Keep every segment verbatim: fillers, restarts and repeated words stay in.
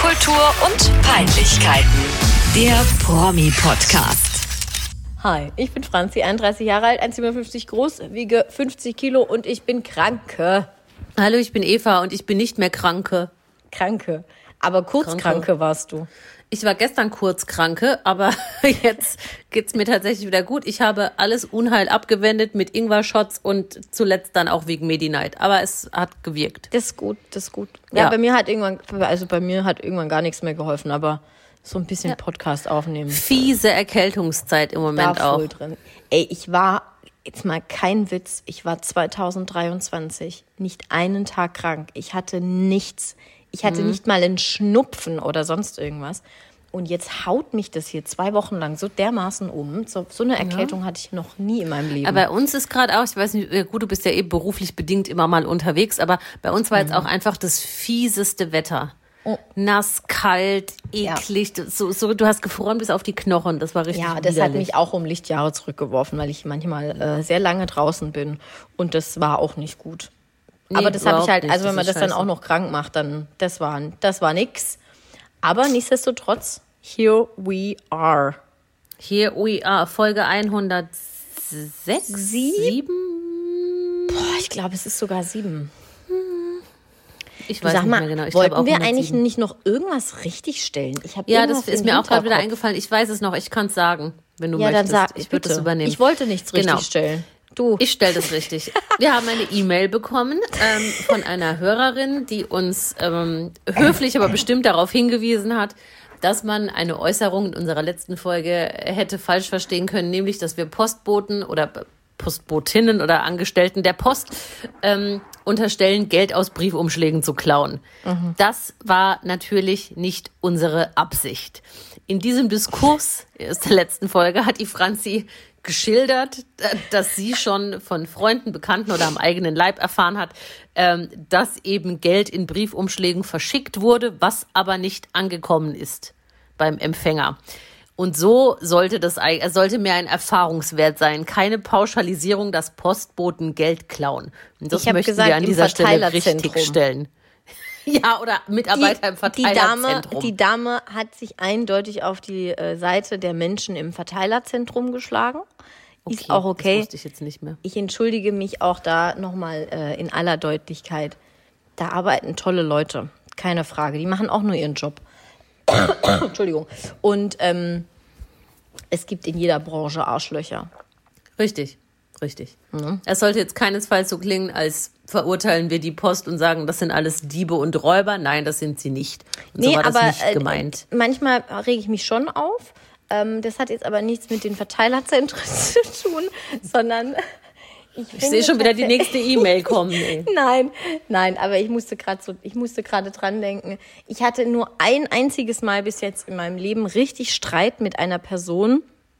Popkultur und Peinlichkeiten. Der Promi-Podcast. Hi, ich bin Franzi, einunddreißig Jahre alt, eins Komma siebenundfünfzig groß, wiege fünfzig Kilo und ich bin Kranke. Hallo, ich bin Eva und ich bin nicht mehr Kranke. Kranke. Aber Kurzkranke warst du. Ich war gestern kurz Kranke, aber jetzt geht's mir tatsächlich wieder gut. Ich habe alles Unheil abgewendet mit Ingwer-Shots und zuletzt dann auch wegen Medi-Night. Aber es hat gewirkt. Das ist gut, das ist gut. Ja, ja, bei mir hat irgendwann, also bei mir hat irgendwann gar nichts mehr geholfen, aber so ein bisschen ja. Podcast aufnehmen. Fiese Erkältungszeit im Moment da auch. Voll drin. Ey, ich war, jetzt mal kein Witz, ich war zwanzig dreiundzwanzig nicht einen Tag krank. Ich hatte nichts. Ich hatte mhm. nicht mal einen Schnupfen oder sonst irgendwas. Und jetzt haut mich das hier zwei Wochen lang so dermaßen um. So, so eine Erkältung ja. hatte ich noch nie in meinem Leben. Aber bei uns ist gerade auch, ich weiß nicht, gut, du bist ja eben beruflich bedingt immer mal unterwegs, aber bei uns war mhm. jetzt auch einfach das fieseste Wetter. Oh. Nass, kalt, eklig. Ja. So, so, du hast gefroren bis auf die Knochen. Das war richtig Ja, das widerlich. hat mich auch um Lichtjahre zurückgeworfen, weil ich manchmal äh, sehr lange draußen bin. Und das war auch nicht gut. Nee, aber das habe ich halt, also wenn man das, das dann auch noch krank macht, dann, das war, das war nix. Aber nichtsdestotrotz, here we are. Here we are, Folge hundertsechs? Sieben? Boah, ich glaube, es ist sogar sieben. Ich weiß Sag nicht mal, mehr genau. Ich wollten glaube auch wir hundertsieben. Eigentlich nicht noch irgendwas richtig stellen? Ich hab ja, das ist mir auch gerade wieder eingefallen. Ich weiß es noch, ich kann es sagen, wenn du ja, möchtest. Dann sag, ich würde das übernehmen. Ich wollte nichts richtig genau. stellen. Du. Ich stelle das richtig. Wir haben eine E-Mail bekommen ähm, von einer Hörerin, die uns ähm, höflich, aber bestimmt darauf hingewiesen hat, dass man eine Äußerung in unserer letzten Folge hätte falsch verstehen können, nämlich, dass wir Postboten oder Postbotinnen oder Angestellten der Post ähm, unterstellen, Geld aus Briefumschlägen zu klauen. Mhm. Das war natürlich nicht unsere Absicht. In diesem Diskurs aus der letzten Folge hat die Franzi geschildert, dass sie schon von Freunden, Bekannten oder am eigenen Leib erfahren hat, dass eben Geld in Briefumschlägen verschickt wurde, was aber nicht angekommen ist beim Empfänger. Und so sollte das, sollte mehr ein Erfahrungswert sein. Keine Pauschalisierung, dass Postboten Geld klauen. Und das möchten gesagt, wir an dieser Stelle richtig stellen. Ja, oder Mitarbeiter die, im Verteilerzentrum. Die Dame, die Dame hat sich eindeutig auf die äh, Seite der Menschen im Verteilerzentrum geschlagen. Okay, ist auch okay. Das wusste ich jetzt nicht mehr. Ich entschuldige mich auch da nochmal äh, in aller Deutlichkeit. Da arbeiten tolle Leute, keine Frage. Die machen auch nur ihren Job. Entschuldigung. Und ähm, es gibt in jeder Branche Arschlöcher. Richtig, richtig. Mhm. Es sollte jetzt keinesfalls so klingen, als verurteilen wir die Post und sagen, das sind alles Diebe und Räuber. Nein, das sind sie nicht. Und nee, so war das aber, nicht gemeint. Äh, manchmal rege ich mich schon auf. Ähm, das hat jetzt aber nichts mit den Verteilerzentren zu tun, sondern ich, ich sehe schon wieder die nächste E-Mail kommen. Ey. Nein, nein, aber ich musste gerade so, ich musste gerade dran denken. Ich hatte nur ein einziges Mal bis jetzt in meinem Leben richtig Streit mit einer Person,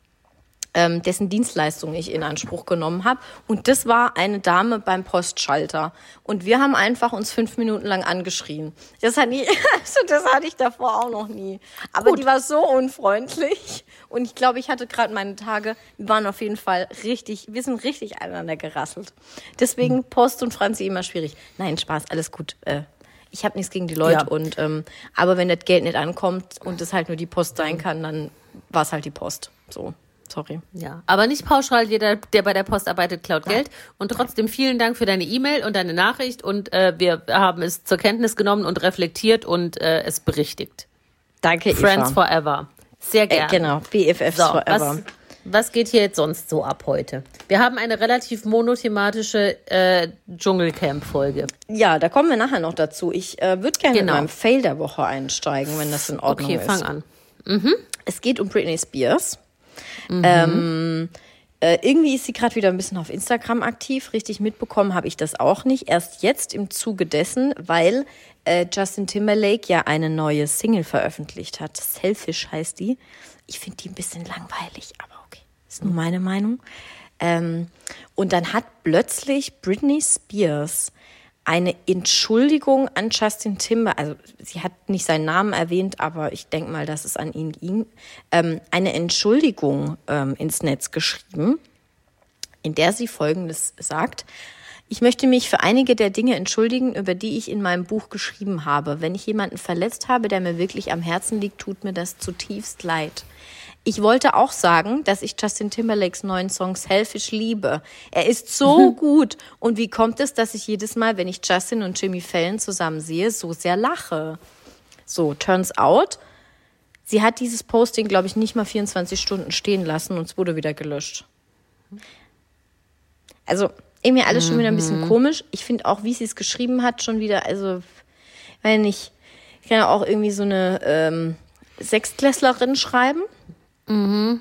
ähm, dessen Dienstleistung ich in Anspruch genommen habe. Und das war eine Dame beim Postschalter. Und wir haben einfach uns fünf Minuten lang angeschrien. Das hatte ich, also das hatte ich davor auch noch nie. Aber Gut. Die war so unfreundlich. Und ich glaube, ich hatte gerade meine Tage, wir waren auf jeden Fall richtig, wir sind richtig aneinander gerasselt. Deswegen Post und Franzi immer schwierig. Nein, Spaß, alles gut. Äh, ich habe nichts gegen die Leute. Ja. Und ähm, aber wenn das Geld nicht ankommt und es halt nur die Post sein kann, dann war es halt die Post. So. Sorry. Ja, aber nicht pauschal, jeder, der bei der Post arbeitet, klaut Geld. Und trotzdem vielen Dank für deine E-Mail und deine Nachricht. Und äh, wir haben es zur Kenntnis genommen und reflektiert und äh, es berichtigt. Danke, Friends Eva. forever. Sehr gerne. Äh, genau, B F Fs so, forever. Was, was geht hier jetzt sonst so ab heute? Wir haben eine relativ monothematische äh, Dschungelcamp-Folge. Ja, da kommen wir nachher noch dazu. Ich äh, würde gerne genau. mit meinem Fail der Woche einsteigen, wenn das in Ordnung okay, ist. Okay, fang an. Mhm. Es geht um Britney Spears. Mhm. Ähm, äh, irgendwie ist sie gerade wieder ein bisschen auf Instagram aktiv. Richtig mitbekommen habe ich das auch nicht. Erst jetzt im Zuge dessen, weil äh, Justin Timberlake ja eine neue Single veröffentlicht hat. Selfish heißt die. Ich finde die ein bisschen langweilig, aber okay. Ist nur meine Meinung. Ähm, und dann hat plötzlich Britney Spears eine Entschuldigung an Justin Timberlake, also sie hat nicht seinen Namen erwähnt, aber ich denke mal, dass es an ihn ging, ähm, eine Entschuldigung ähm, ins Netz geschrieben, in der sie Folgendes sagt: Ich möchte mich für einige der Dinge entschuldigen, über die ich in meinem Buch geschrieben habe. Wenn ich jemanden verletzt habe, der mir wirklich am Herzen liegt, tut mir das zutiefst leid. Ich wollte auch sagen, dass ich Justin Timberlakes neuen Song Selfish liebe. Er ist so gut. Und wie kommt es, dass ich jedes Mal, wenn ich Justin und Jimmy Fallon zusammen sehe, so sehr lache? So, turns out, sie hat dieses Posting, glaube ich, nicht mal vierundzwanzig Stunden stehen lassen und es wurde wieder gelöscht. Also, irgendwie alles schon wieder ein bisschen komisch. Ich finde auch, wie sie es geschrieben hat, schon wieder, also, weil nicht, ich kann ja auch irgendwie so eine ähm, Sechstklässlerin schreiben. Mhm.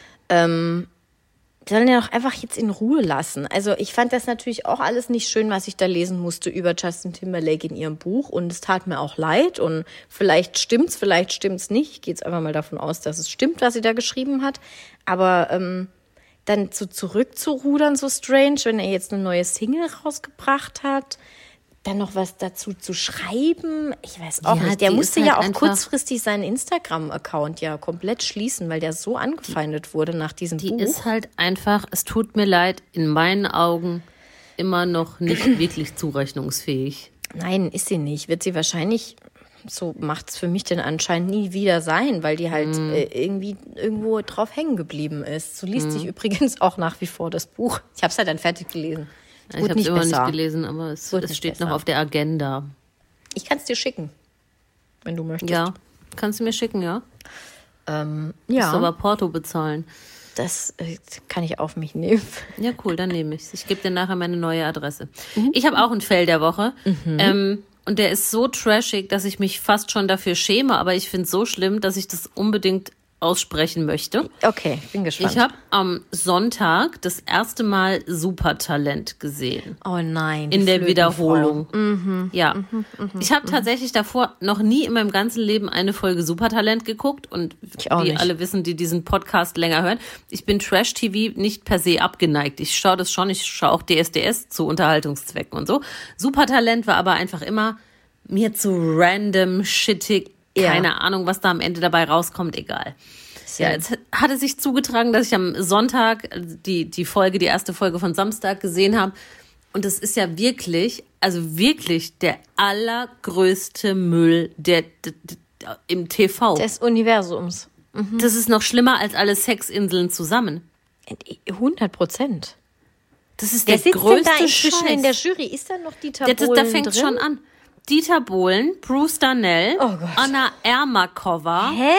Ähm, die sollen ja doch einfach jetzt in Ruhe lassen. Also ich fand das natürlich auch alles nicht schön, was ich da lesen musste über Justin Timberlake in ihrem Buch. Und es tat mir auch leid. Und vielleicht stimmt's, vielleicht stimmt's nicht. Ich gehe jetzt einfach mal davon aus, dass es stimmt, was sie da geschrieben hat. Aber ähm, dann so zurückzurudern, so strange, wenn er jetzt eine neue Single rausgebracht hat, dann noch was dazu zu schreiben, ich weiß auch Ja, nicht. Der die musste ist ja halt auch einfach- kurzfristig seinen Instagram-Account ja komplett schließen, weil der so angefeindet wurde nach diesem Die Buch. ist halt einfach, es tut mir leid, in meinen Augen immer noch nicht wirklich zurechnungsfähig. Nein, ist sie nicht. Wird sie wahrscheinlich, so macht es für mich den Anschein, nie wieder sein, weil die halt Mhm. äh, irgendwie irgendwo drauf hängen geblieben ist. So liest sich übrigens auch nach wie vor das Buch. Ich habe es halt dann fertig gelesen. Es Ich wurde habe es nicht immer besser. nicht gelesen, aber es, Wurde es nicht steht besser. noch auf der Agenda. Ich kann es dir schicken, wenn du möchtest. Ja, kannst du mir schicken, ja? ähm, Musst ja du aber Porto bezahlen. das äh, kann ich auf mich nehmen. Ja, cool, dann nehme ich es. Ich gebe dir nachher meine neue Adresse. Mhm. Ich habe auch einen Fail der Woche. Ähm, und der ist so trashig, dass ich mich fast schon dafür schäme. Aber ich finde es so schlimm, dass ich das unbedingt aussprechen möchte. Okay, bin gespannt. Ich habe am Sonntag das erste Mal Supertalent gesehen. Oh nein. die In der Flötenfrau. Wiederholung. Ja. Ich habe tatsächlich davor noch nie in meinem ganzen Leben eine Folge Supertalent geguckt. Und Ich auch wie nicht. alle wissen, die diesen Podcast länger hören, ich bin Trash-T V nicht per se abgeneigt. Ich schaue das schon, ich schaue auch D S D S zu Unterhaltungszwecken und so. Supertalent war aber einfach immer mir zu random, shittig, Ja. keine Ahnung, was da am Ende dabei rauskommt, egal. Ja, Ja, jetzt hatte sich zugetragen, dass ich am Sonntag die, die Folge, die erste Folge von Samstag gesehen habe. Und das ist ja wirklich, also wirklich der allergrößte Müll der, der, der im T V. des Universums. Das ist noch schlimmer als alle Sexinseln zusammen. hundert Prozent. Das ist Wer der sitzt denn größte da inzwischen Scheiß. in der Jury? Ist da noch Dieter Das, das, Bohlen da fängt drin? schon an. Dieter Bohlen, Bruce Darnell, Oh Gott. Anna Ermakova, Hä?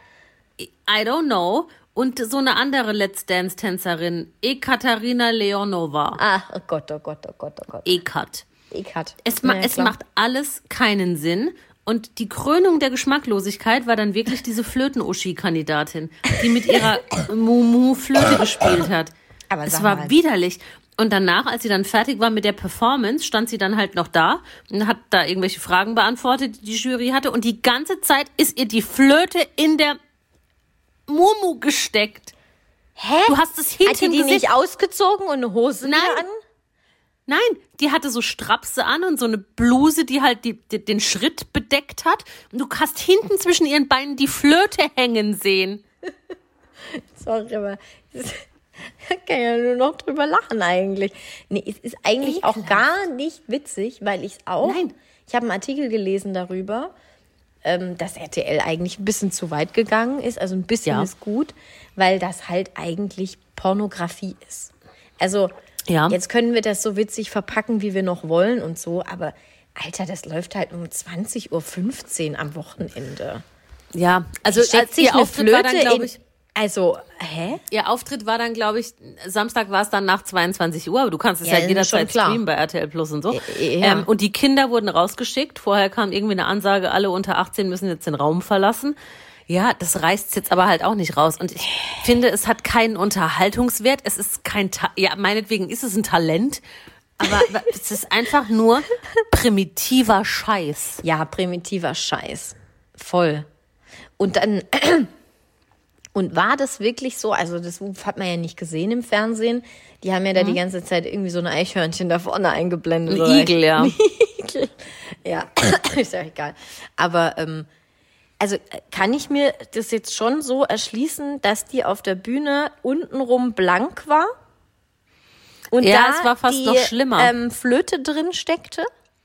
I don't know, und so eine andere Let's Dance-Tänzerin, Ekaterina Leonova. Ah, oh Gott, oh Gott, oh Gott, oh Gott. Ekat. Ekat. Es, ma Ja, es klar. macht alles keinen Sinn. Und die Krönung der Geschmacklosigkeit war dann wirklich diese Flöten-Uschi-Kandidatin, die mit ihrer Mumu-Flöte gespielt hat. Aber es sag war mal. widerlich. Und danach, als sie dann fertig war mit der Performance, stand sie dann halt noch da und hat da irgendwelche Fragen beantwortet, die die Jury hatte. Und die ganze Zeit ist ihr die Flöte in der Mumu gesteckt. Hä? Du hast es hinten Hat die die gesehen. nicht ausgezogen und eine Hose Nein. wieder an? Nein, die hatte so Strapse an und so eine Bluse, die halt die, die, den Schritt bedeckt hat. Und du hast hinten zwischen ihren Beinen die Flöte hängen sehen. Sorry, aber da kann ja nur noch drüber lachen eigentlich. Nee, es ist eigentlich auch gar nicht witzig, weil ich es auch... Nein. Ich habe einen Artikel gelesen darüber, ähm, dass R T L eigentlich ein bisschen zu weit gegangen ist. Also ein bisschen Ja. ist gut, weil das halt eigentlich Pornografie ist. Also Ja. jetzt können wir das so witzig verpacken, wie wir noch wollen und so, aber Alter, das läuft halt um zwanzig Uhr fünfzehn am Wochenende. Ja, also Steckt als sich ihr eine Auftritt war dann, Flöte glaube in- ich, Also, hä? ihr Auftritt war dann, glaube ich, Samstag war es dann nach zweiundzwanzig Uhr, aber du kannst es Ja, ja, ist mir jederzeit schon klar. streamen bei R T L Plus und so. Äh, ja. Ähm, und die Kinder wurden rausgeschickt. Vorher kam irgendwie eine Ansage, alle unter achtzehn müssen jetzt den Raum verlassen. Ja, das reißt jetzt aber halt auch nicht raus. Und ich finde, es hat keinen Unterhaltungswert. Es ist kein, Ta- ja, meinetwegen ist es ein Talent, aber es ist einfach nur primitiver Scheiß. Ja, primitiver Scheiß. Voll. Und dann, und war das wirklich so? Also, das hat man ja nicht gesehen im Fernsehen. Die haben ja da die ganze Zeit irgendwie so ein Eichhörnchen da vorne eingeblendet. Ein oder? Igel, ja. Igel. Ja, ist ja egal. Aber, ähm, also kann ich mir das jetzt schon so erschließen, dass die auf der Bühne untenrum blank war? Und Ja, da es war fast die, noch schlimmer. Ähm, Flöte drin steckte.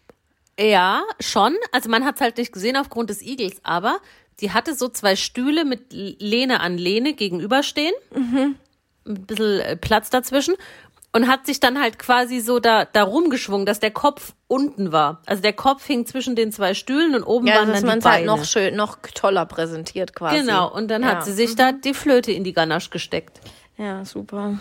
Ja, schon. Also man hat es halt nicht gesehen aufgrund des Igels, aber die hatte so zwei Stühle mit Lehne an Lehne gegenüberstehen. Mhm. Ein bisschen Platz dazwischen. Und hat sich dann halt quasi so da, da rumgeschwungen, dass der Kopf unten war. Also der Kopf hing zwischen den zwei Stühlen und oben Ja, waren dass dann man die es halt Beine. noch schön, noch toller präsentiert quasi. Genau, und dann ja. hat sie sich da die Flöte in die Ganache gesteckt. Ja, super.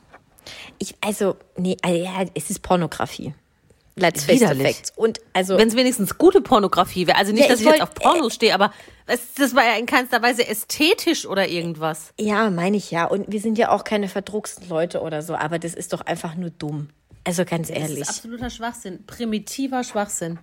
Ich, also, nee, also, ja, es ist Pornografie. Let's face the facts. Und also, wenn es wenigstens gute Pornografie wäre. Also nicht, Ja, dass ich ich jetzt wollt- auf Pornos stehe, aber es, das war ja in keinster Weise ästhetisch oder irgendwas. ja, meine ich ja. Und wir sind ja auch keine verdrucksten Leute oder so, aber das ist doch einfach nur dumm. Also ganz Das ehrlich. ist absoluter Schwachsinn. Primitiver Schwachsinn.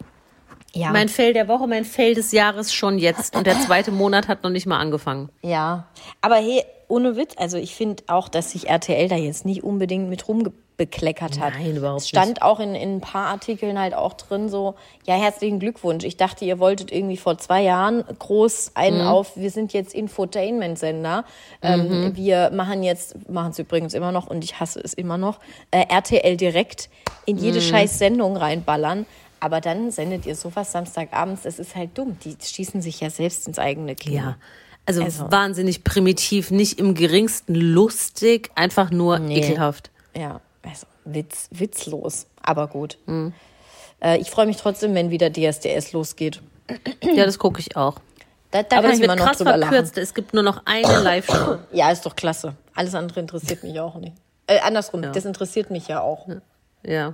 Ja. Mein Fail der Woche, mein Fail des Jahres schon jetzt. Und der zweite Monat hat noch nicht mal angefangen. Ja, aber hey, ohne Witz, also ich finde auch, dass sich R T L da jetzt nicht unbedingt mit rumbekleckert hat. Nein, überhaupt Es stand auch in, in ein paar Artikeln halt auch drin so, ja, herzlichen Glückwunsch. Ich dachte, ihr wolltet irgendwie vor zwei Jahren groß einen auf, wir sind jetzt Infotainment-Sender. Ähm, wir machen jetzt, machen es übrigens immer noch und ich hasse es immer noch, äh, R T L direkt in jede scheiß Sendung reinballern. Aber dann sendet ihr sowas Samstagabends, das ist halt dumm. Die schießen sich ja selbst ins eigene Knie. Ja. Also, Also. wahnsinnig primitiv, nicht im geringsten lustig, einfach nur Nee. ekelhaft. Ja, also Witz, witzlos, aber gut. Äh, ich freue mich trotzdem, wenn wieder D S D S losgeht. Ja, das gucke ich auch. Da, da Aber kann es ich wird immer noch krass drüber lachen. verkürzt. Es gibt nur noch eine Live-Show. Ja, ist doch klasse. Alles andere interessiert mich auch nicht. Äh, andersrum, das interessiert mich ja auch. Ja.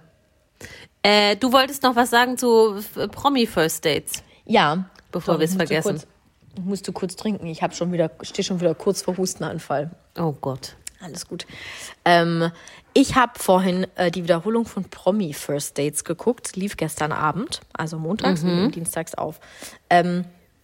Äh, du wolltest noch was sagen zu äh, Promi-First-Dates, Ja. bevor wir es musst du vergessen. Kurz, musst du kurz trinken. Ich habe schon wieder, stehe schon wieder kurz vor Hustenanfall. Oh Gott. Alles gut. Ähm, ich habe vorhin äh, die Wiederholung von Promi First Dates geguckt. Lief gestern Abend, also montags, wir nehmen dienstags auf. Ähm,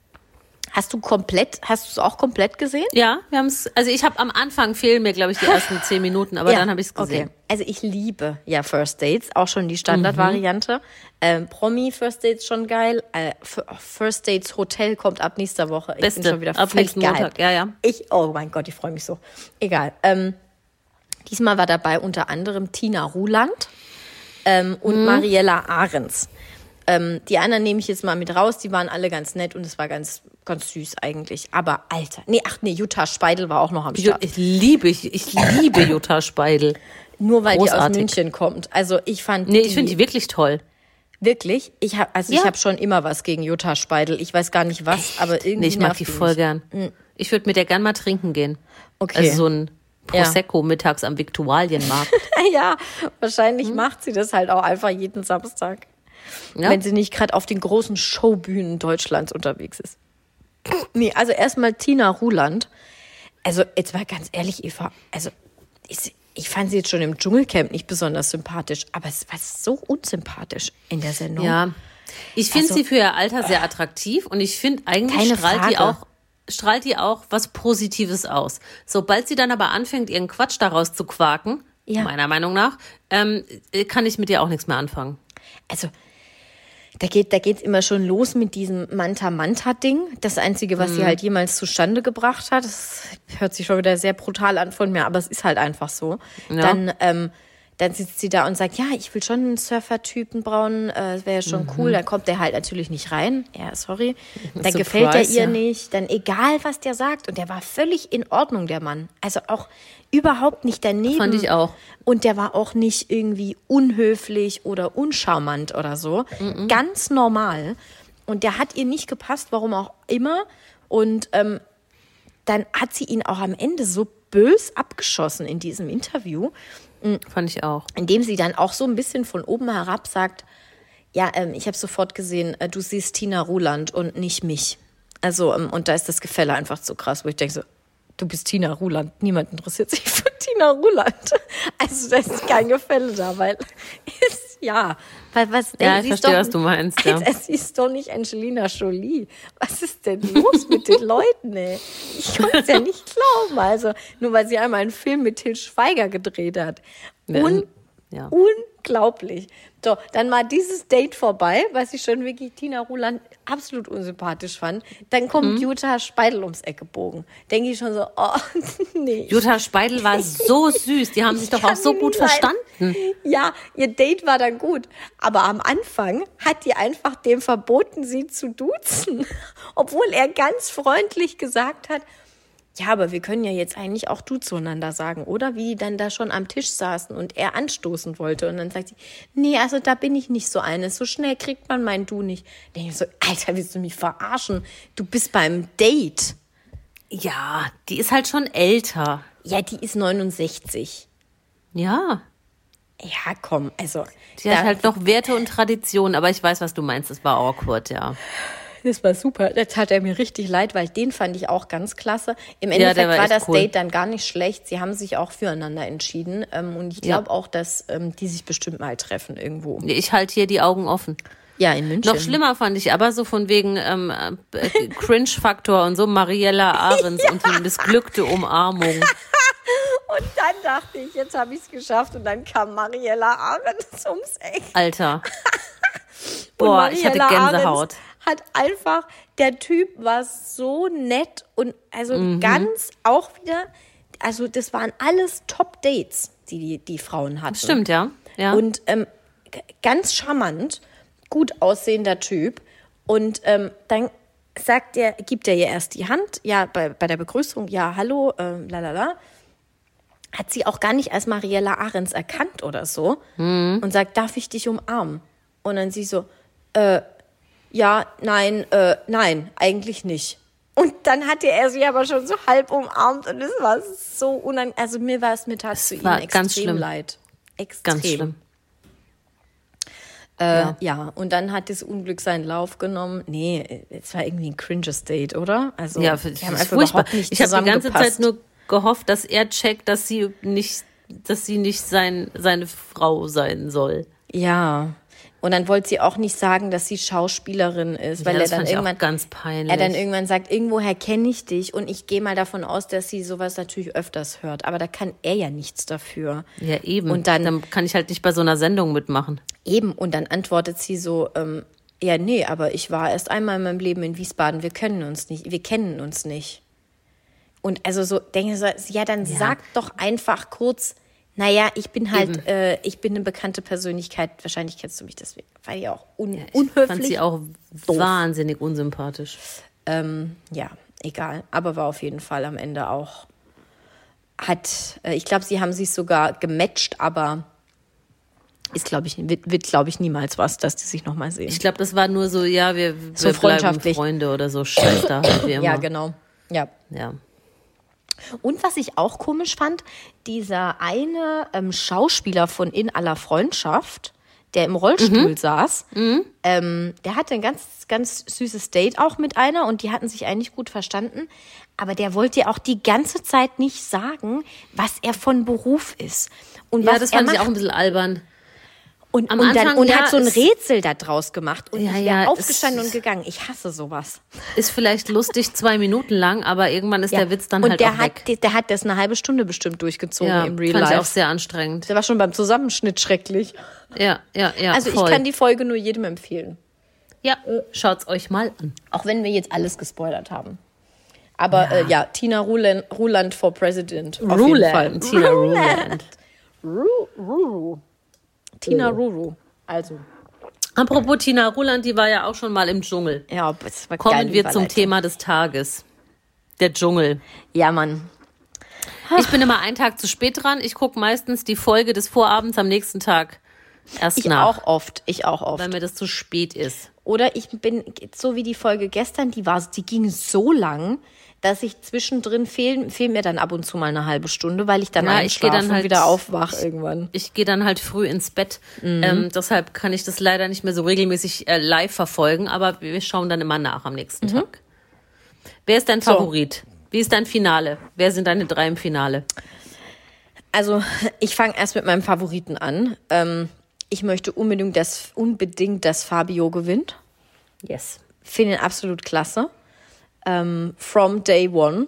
hast du komplett, hast du es auch komplett gesehen? Ja, wir haben es, also ich habe am Anfang fehlen mir, glaube ich, die ersten zehn Minuten, aber Ja, dann habe ich es gesehen. Okay. Also ich liebe ja First Dates, auch schon die Standardvariante. Ähm, Promi First Dates schon geil. Äh, F- First Dates Hotel kommt ab nächster Woche. Ich Beste, bin schon wieder ab völlig nächsten geil. Montag, ja, ja. Ich, oh mein Gott, ich freue mich so. Egal. Ähm, diesmal war dabei unter anderem Tina Ruland ähm, und Mariella Ahrens. Ähm, die anderen nehme ich jetzt mal mit raus, die waren alle ganz nett und es war ganz, ganz süß eigentlich. Aber Alter, nee, ach nee, Jutta Speidel war auch noch am Start. Ich liebe, ich, ich liebe Jutta Speidel. Nur weil die aus großartig. München kommt. Also ich fand Nee, die, ich finde die wirklich toll. wirklich, ich habe also ich Ja. habe schon immer was gegen Jutta Speidel. Ich weiß gar nicht was, aber irgendwie Nee, ich mag nervt die die voll mich. gern. Ich würde mit der gern mal trinken gehen. Okay. Also so ein Ja. Prosecco mittags am Viktualienmarkt. Ja, wahrscheinlich macht sie das halt auch einfach jeden Samstag. Ja? Wenn sie nicht gerade auf den großen Showbühnen Deutschlands unterwegs ist. Nee, also erstmal Tina Ruland. Also jetzt mal ganz ehrlich, Eva, also ich, ich fand sie jetzt schon im Dschungelcamp nicht besonders sympathisch, aber es war so unsympathisch in der Sendung. Ja. Ich finde Also- sie für ihr Alter sehr attraktiv und ich finde eigentlich Keine strahlt die Frage. auch strahlt die auch was Positives aus. Sobald sie dann aber anfängt, ihren Quatsch daraus zu quaken, Ja. meiner Meinung nach, ähm, kann ich mit ihr auch nichts mehr anfangen. Also da geht da geht's immer schon los mit diesem Manta-Manta-Ding. Das Einzige, was Mhm. sie halt jemals zustande gebracht hat, das hört sich schon wieder sehr brutal an von mir, aber es ist halt einfach so. Ja. Dann, ähm, dann sitzt sie da und sagt, ja, ich will schon einen Surfer-Typen brauen, äh, das wäre ja schon cool. Dann kommt der halt natürlich nicht rein. Ja, sorry. Dann Surprise, gefällt er ihr ja. nicht. Dann egal, was der sagt. Und der war völlig in Ordnung, der Mann. Also auch überhaupt nicht daneben. Fand ich auch. Und der war auch nicht irgendwie unhöflich oder uncharmant oder so. Ganz normal. Und der hat ihr nicht gepasst, warum auch immer. Und ähm, dann hat sie ihn auch am Ende so bös abgeschossen in diesem Interview, Fand ich auch. indem sie dann auch so ein bisschen von oben herab sagt, ja, ähm, ich habe sofort gesehen, äh, du siehst Tina Ruland und nicht mich. Also, ähm, und da ist das Gefälle einfach so krass, wo ich denke so, du bist Tina Ruland, niemand interessiert sich für Tina Ruland. Also da ist kein Gefälle da, weil, ist, ja, weil was, Ja, ey, ich sie ist verstehe, doch- was du meinst, ja. Alter, sie ist doch nicht Angelina Jolie. Was ist denn los mit den Leuten, ey? Ich konnte es ja nicht glauben, also, nur weil sie einmal einen Film mit Til Schweiger gedreht hat. Ja, Un ja. Unglaublich. So, dann war dieses Date vorbei, was ich schon wirklich Tina Ruland absolut unsympathisch fand. Dann kommt mhm. Jutta Speidel ums Eck gebogen. Denke ich schon so, oh, nee. Jutta Speidel war so süß. Die haben sich doch auch so gut verstanden. Ja, ihr Date war dann gut. Aber am Anfang hat die einfach dem verboten, sie zu duzen. Obwohl er ganz freundlich gesagt hat, ja, aber wir können ja jetzt eigentlich auch du zueinander sagen, oder? Wie die dann da schon am Tisch saßen und er anstoßen wollte. Und dann sagt sie, nee, also da bin ich nicht so eine. So schnell kriegt man mein Du nicht. Da denke ich so, Alter, willst du mich verarschen? Du bist beim Date. Ja, die ist halt schon älter. Ja, die ist neunundsechzig. Ja. Ja, komm, also. Die hat halt noch Werte und Traditionen, aber ich weiß, was du meinst. Das war awkward, ja. Das war super. Jetzt hat er mir richtig leid, weil den fand ich auch ganz klasse. Im Endeffekt ja, war, war das cool. Date dann gar nicht schlecht. Sie haben sich auch füreinander entschieden. Und ich glaube ja. auch, dass ähm, die sich bestimmt mal treffen irgendwo. Ich halte hier die Augen offen. Ja, in München. Noch schlimmer fand ich aber so von wegen ähm, äh, Cringe-Faktor und so Mariella Ahrens ja. und die missglückte Umarmung. Und dann dachte ich, jetzt habe ich es geschafft. Und dann kam Mariella Ahrens ums Eck. Alter. Boah, ich hatte Gänsehaut. Hat einfach, der Typ war so nett und also mhm. ganz auch wieder, also das waren alles Top-Dates, die, die die Frauen hatten. Stimmt, ja. ja. Und ähm, ganz charmant, gut aussehender Typ. Und ähm, dann sagt er, gibt er ihr erst die Hand, ja, bei, bei der Begrüßung, ja, hallo, äh, lalala. Hat sie auch gar nicht als Mariella Ahrens erkannt oder so mhm. und sagt, darf ich dich umarmen? Und dann sie so, äh, ja, nein, äh, nein, eigentlich nicht. Und dann hatte er sie aber schon so halb umarmt und es war so unangenehm. Also mir war es mit tat zu ihm extrem leid. Extrem. Ganz schlimm. Äh, ja. ja, und dann hat das Unglück seinen Lauf genommen. Nee, es war irgendwie ein cringes Date, oder? Also, ja, das ist furchtbar. Ich habe die ganze Zeit nur gehofft, dass er checkt, dass sie nicht, dass sie nicht sein, seine Frau sein soll. Ja. Und dann wollte sie auch nicht sagen, dass sie Schauspielerin ist, weil ja, das er dann fand ich irgendwann auch ganz peinlich. Er dann irgendwann sagt, irgendwoher kenne ich dich und ich gehe mal davon aus, dass sie sowas natürlich öfters hört, aber da kann er ja nichts dafür. Ja, eben. Und dann, dann kann ich halt nicht bei so einer Sendung mitmachen. Eben. Und dann antwortet sie so, ähm, ja, nee, aber ich war erst einmal in meinem Leben in Wiesbaden, wir können uns nicht, wir kennen uns nicht. Und also so denke ich so, ja, dann ja. sag doch einfach kurz, naja, ich bin halt, äh, ich bin eine bekannte Persönlichkeit. Wahrscheinlich kennst du mich deswegen. War die auch un- ja, ich unhöflich. Fand sie auch doof. Wahnsinnig unsympathisch. Ähm, ja, egal. Aber war auf jeden Fall am Ende auch, hat, äh, ich glaube, sie haben sich sogar gematcht, aber ist, glaube ich, wird, wird glaube ich, niemals was, dass die sich nochmal sehen. Ich glaube, das war nur so, ja, wir, wir so freundschaftlich. bleiben Freunde oder so. Scheiß da, halt wie immer. Ja, genau. Ja. Ja. Und was ich auch komisch fand, dieser eine ähm, Schauspieler von In aller Freundschaft, der im Rollstuhl mhm. saß, mhm. Ähm, der hatte ein ganz, ganz süßes Date auch mit einer und die hatten sich eigentlich gut verstanden. Aber der wollte ja auch die ganze Zeit nicht sagen, was er von Beruf ist. Und ja, was das er fand macht. ich auch ein bisschen albern. Und, Am und, Anfang, dann, und ja, hat so ein Rätsel da draus gemacht und ja, ich ja, bin aufgestanden und gegangen. Ich hasse sowas. Ist vielleicht lustig zwei Minuten lang, aber irgendwann ist ja. der Witz dann und halt der auch hat, weg. Der hat das eine halbe Stunde bestimmt durchgezogen ja, im Real fand Life. Ich auch sehr anstrengend. Der war schon beim Zusammenschnitt schrecklich. Ja, ja, ja. Also voll. ich kann die Folge nur jedem empfehlen. Ja, schaut's euch mal an. Auch wenn wir jetzt alles gespoilert haben. Aber ja, äh, ja Tina Ruland, Ruland for President. Auf Ruland. jeden Fall. Tina Ruland. Ru, Ruru. Tina oh. Ruru. Also. Apropos Tina Ruland, die war ja auch schon mal im Dschungel. Ja, das war Kommen geil, wir zum Thema des Tages. Der Dschungel. Ja, Mann. Ich bin immer einen Tag zu spät dran. Ich gucke meistens die Folge des Vorabends am nächsten Tag erst ich nach. Ich auch oft. Ich auch oft. Weil mir das zu spät ist. Oder ich bin, so wie die Folge gestern, die war, die ging so lang, dass ich zwischendrin fehlen, fehlt mir dann ab und zu mal eine halbe Stunde, weil ich dann ja, einschlafe und halt, wieder aufwache irgendwann. Ich, ich gehe dann halt früh ins Bett. Mhm. Ähm, deshalb kann ich das leider nicht mehr so regelmäßig äh, live verfolgen, aber wir schauen dann immer nach am nächsten mhm. Tag. Wer ist dein Favorit? So. Wie ist dein Finale? Wer sind deine drei im Finale? Also ich fange erst mit meinem Favoriten an. Ähm, ich möchte unbedingt, dass, unbedingt, dass Fabio gewinnt. Yes. Finde ihn absolut klasse. Um, from day one.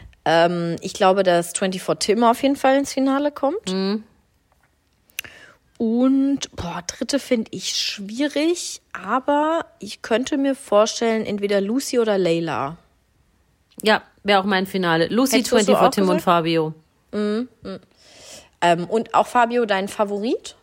Um, ich glaube, dass vierundzwanzig Tim auf jeden Fall ins Finale kommt. Mhm. Und, boah, dritte finde ich schwierig, aber ich könnte mir vorstellen, entweder Lucy oder Layla. Ja, wäre auch mein Finale. Lucy, Hättest du so vierundzwanzig, auch Tim und gesagt? Fabio. Ähm, und auch Fabio, dein Favorit?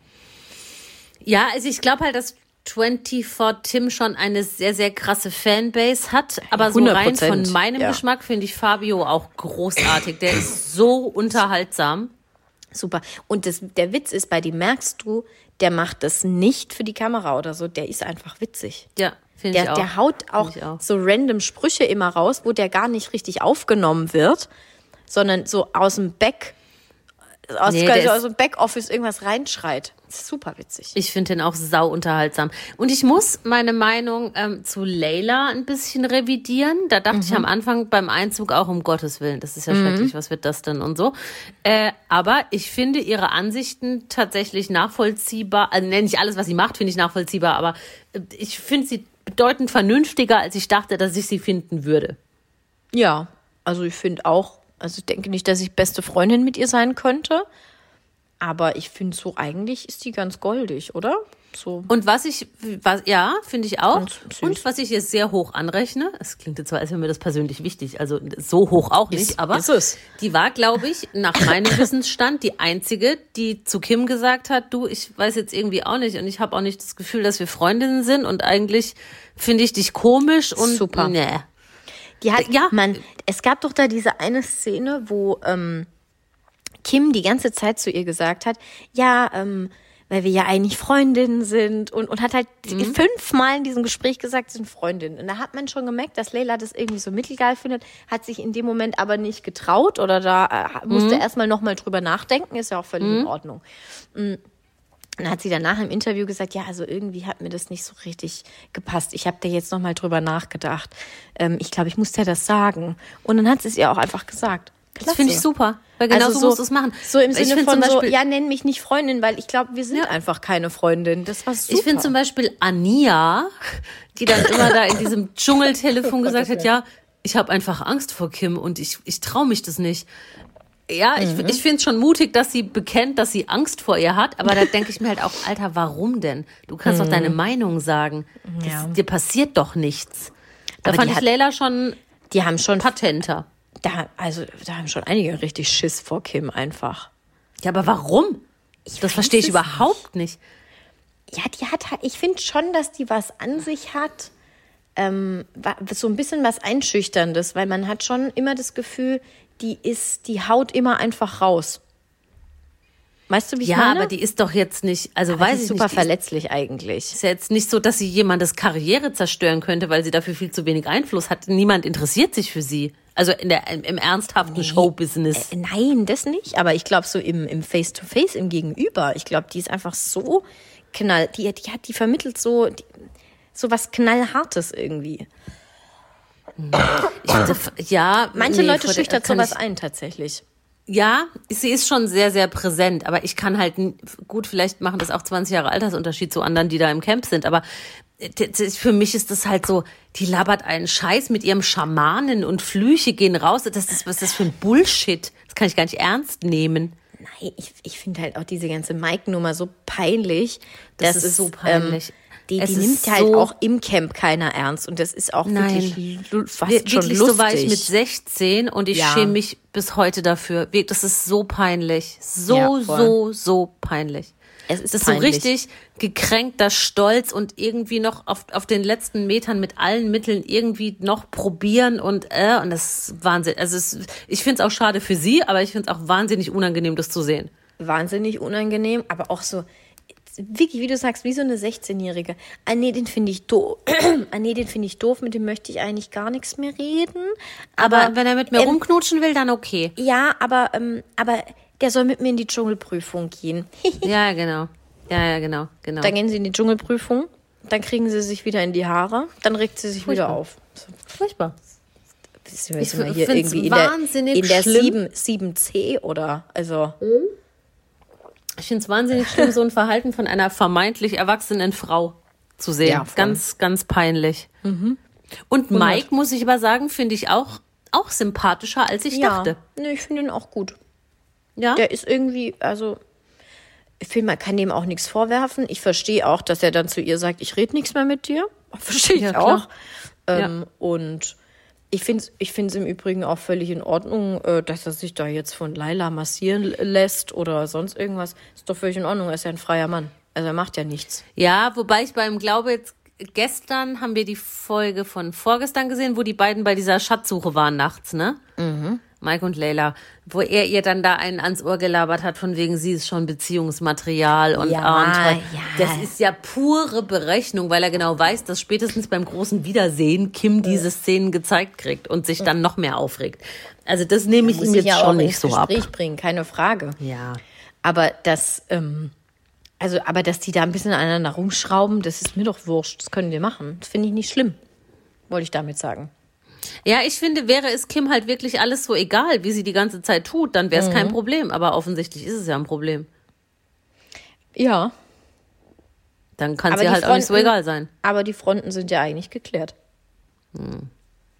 Ja, also ich glaube halt, dass vierundzwanzig Tim schon eine sehr, sehr krasse Fanbase hat. Aber so rein hundert Prozent, von meinem ja. Geschmack finde ich Fabio auch großartig. Der ist so unterhaltsam. Super. Und das, der Witz ist, bei dem merkst du, der macht das nicht für die Kamera oder so, der ist einfach witzig. Ja, finde ich Der, auch. der haut auch, ich auch. so random Sprüche immer raus, wo der gar nicht richtig aufgenommen wird, sondern so aus dem Back, aus, Nee, der also ist- aus dem Backoffice irgendwas reinschreit. Das ist super witzig. Ich finde den auch sau unterhaltsam. Und ich muss meine Meinung ähm, zu Layla ein bisschen revidieren. Da dachte Mhm. ich am Anfang beim Einzug auch, um Gottes Willen, das ist ja schrecklich, was wird das denn und so. Äh, aber ich finde ihre Ansichten tatsächlich nachvollziehbar. Also nee, nicht alles, was sie macht, finde ich nachvollziehbar, aber äh, ich finde sie bedeutend vernünftiger, als ich dachte, dass ich sie finden würde. Ja, also ich finde auch, also ich denke nicht, dass ich beste Freundin mit ihr sein könnte, aber ich finde so eigentlich ist die ganz goldig, oder? So. Und was ich, was, ja, finde ich auch. Ganz süß. Und was ich ihr sehr hoch anrechne, es klingt jetzt zwar, als wäre mir das persönlich wichtig, also so hoch auch nicht, Ist- aber ist es. die war, glaube ich, nach meinem Wissensstand die einzige, die zu Kim gesagt hat, du, ich weiß jetzt irgendwie auch nicht und ich habe auch nicht das Gefühl, dass wir Freundinnen sind und eigentlich finde ich dich komisch und Super. nee. Die hat, Ja. man, es gab doch da diese eine Szene, wo ähm, Kim die ganze Zeit zu ihr gesagt hat, ja, ähm, weil wir ja eigentlich Freundinnen sind und, und hat halt fünfmal in diesem Gespräch gesagt, sie sind Freundinnen. Und da hat man schon gemerkt, dass Layla das irgendwie so mittelgeil findet, hat sich in dem Moment aber nicht getraut oder da äh, musste erstmal nochmal drüber nachdenken, ist ja auch völlig in Ordnung. Mm. Dann hat sie danach im Interview gesagt, ja, also irgendwie hat mir das nicht so richtig gepasst. Ich habe da jetzt nochmal drüber nachgedacht. Ähm, ich glaube, ich muss dir das sagen. Und dann hat sie es ihr auch einfach gesagt. Das finde ich Klasse. super, weil genau Also so musst du es machen. So im Weil ich Sinne find von zum so, Beispiel- ja, nenn mich nicht Freundin, weil ich glaube, wir sind Ja. einfach keine Freundin. Das war super. Ich finde zum Beispiel Ania, die dann immer da in diesem Dschungeltelefon gesagt hat, ja, ich habe einfach Angst vor Kim und ich, ich traue mich das nicht. Ja, ich, Mhm. ich finde es schon mutig, dass sie bekennt, dass sie Angst vor ihr hat, aber da denke ich mir halt auch, Alter, warum denn? Du kannst doch deine Meinung sagen. Das, Mhm. Ja. Dir passiert doch nichts. Da Aber fand die ich hat- Layla schon die haben schon, patenter. da, also, da haben schon einige richtig Schiss vor Kim einfach. Ja, aber warum? Das weiß verstehe ich es überhaupt nicht. Ja, die hat, halt- ich finde schon, dass die was an sich hat, ähm, wa- so ein bisschen was Einschüchterndes, weil man hat schon immer das Gefühl, die ist, die haut immer einfach raus. Weißt du, wie ich Ja, meine? aber die ist doch jetzt nicht, also Aber die weiß ist ich super nicht, die ist verletzlich eigentlich. ist ja jetzt nicht so, dass sie jemandes Karriere zerstören könnte, weil sie dafür viel zu wenig Einfluss hat. Niemand interessiert sich für sie. Also in der, im, im ernsthaften Showbusiness. Äh, nein, das nicht. Aber ich glaube, so im, im Face-to-Face, im Gegenüber, ich glaube, die ist einfach so knall, die, die hat, die vermittelt so, die, so was Knallhartes irgendwie. Ich, ja, Manche nee, Leute vor der- schüchtert kann sowas ich- ein, tatsächlich. Ja, sie ist schon sehr, sehr präsent, aber ich kann halt, n- gut, vielleicht machen das auch zwanzig Jahre Altersunterschied zu anderen, die da im Camp sind, aber d- d- für mich ist das halt so, die labert einen Scheiß mit ihrem Schamanen und Flüche gehen raus. Das ist, was ist das für ein Bullshit? Das kann ich gar nicht ernst nehmen. Nein, ich, ich finde halt auch diese ganze Mike-Nummer so peinlich. Das Das ist so peinlich. Ähm, die Es die ist nimmt halt so- auch im Camp keiner ernst. Und das ist auch Nein. wirklich lu- fast Wir- schon Wirklich, lustig. so war ich mit sechzehn und ich Ja. schäme mich bis heute dafür. Wir- Das ist so peinlich. So, Ja, voll. so, so peinlich. Es ist Das ist peinlich. so richtig gekränkter Stolz und irgendwie noch auf, auf den letzten Metern mit allen Mitteln irgendwie noch probieren und äh, und das ist Wahnsinn. Also es, ich finde es auch schade für sie, aber ich finde es auch wahnsinnig unangenehm, das zu sehen. Wahnsinnig unangenehm, aber auch so, wirklich, wie du sagst, wie so eine sechzehnjährige. Ah nee, den finde ich doof. ah nee, den finde ich doof, mit dem möchte ich eigentlich gar nichts mehr reden. Aber, Aber, wenn er mit mir ähm, rumknutschen will, dann okay. ja, aber, ähm, aber der soll mit mir in die Dschungelprüfung gehen. Ja, genau. Ja, ja, genau, genau. Dann gehen sie in die Dschungelprüfung, dann kriegen sie sich wieder in die Haare, dann regt sie sich wieder Furchtbar. auf. So, Furchtbar. sind wir Ich jetzt mal hier find's irgendwie in der, wahnsinnig in der schlimm. sieben, sieben C oder, also, Ich finde es wahnsinnig schlimm, so ein Verhalten von einer vermeintlich erwachsenen Frau zu sehen. Ja, voll. ganz, ganz peinlich. Und Mike, muss ich aber sagen, finde ich auch, auch sympathischer, als ich ja. dachte. Nee, ich finde ihn auch gut. Ja? Der ist irgendwie, also, ich finde, man kann dem auch nichts vorwerfen. Ich verstehe auch, dass er dann zu ihr sagt, ich rede nichts mehr mit dir. Verstehe ich Ja, auch. Ähm, ja. Und ich finde es ich find's im Übrigen auch völlig in Ordnung, dass er sich da jetzt von Laila massieren lässt oder sonst irgendwas. Ist doch völlig in Ordnung, er ist ja ein freier Mann. Also er macht ja nichts. Ja, wobei ich beim Glaube jetzt, gestern haben wir die Folge von vorgestern gesehen, wo die beiden bei dieser Schatzsuche waren nachts, ne? Mhm. Mike und Leila, wo er ihr dann da einen ans Ohr gelabert hat, von wegen, sie ist schon Beziehungsmaterial und, ja, und ja. Das ist ja pure Berechnung, weil er genau weiß, dass spätestens beim großen Wiedersehen Kim diese Szenen gezeigt kriegt und sich dann noch mehr aufregt. Also das nehme ich ihm jetzt ja schon nicht so ab. Gespräch bringen, keine Frage. Ja. Aber das, ähm, also, aber dass die da ein bisschen aneinander rumschrauben, das ist mir doch wurscht. Das können wir machen. Das finde ich nicht schlimm, wollte ich damit sagen. Ja, ich finde, wäre es Kim halt wirklich alles so egal, wie sie die ganze Zeit tut, dann wäre es mhm. kein Problem. Aber offensichtlich ist es ja ein Problem. Ja. Dann kann es ja halt Fronten, auch nicht so egal sein. Aber die Fronten sind ja eigentlich geklärt. Hm.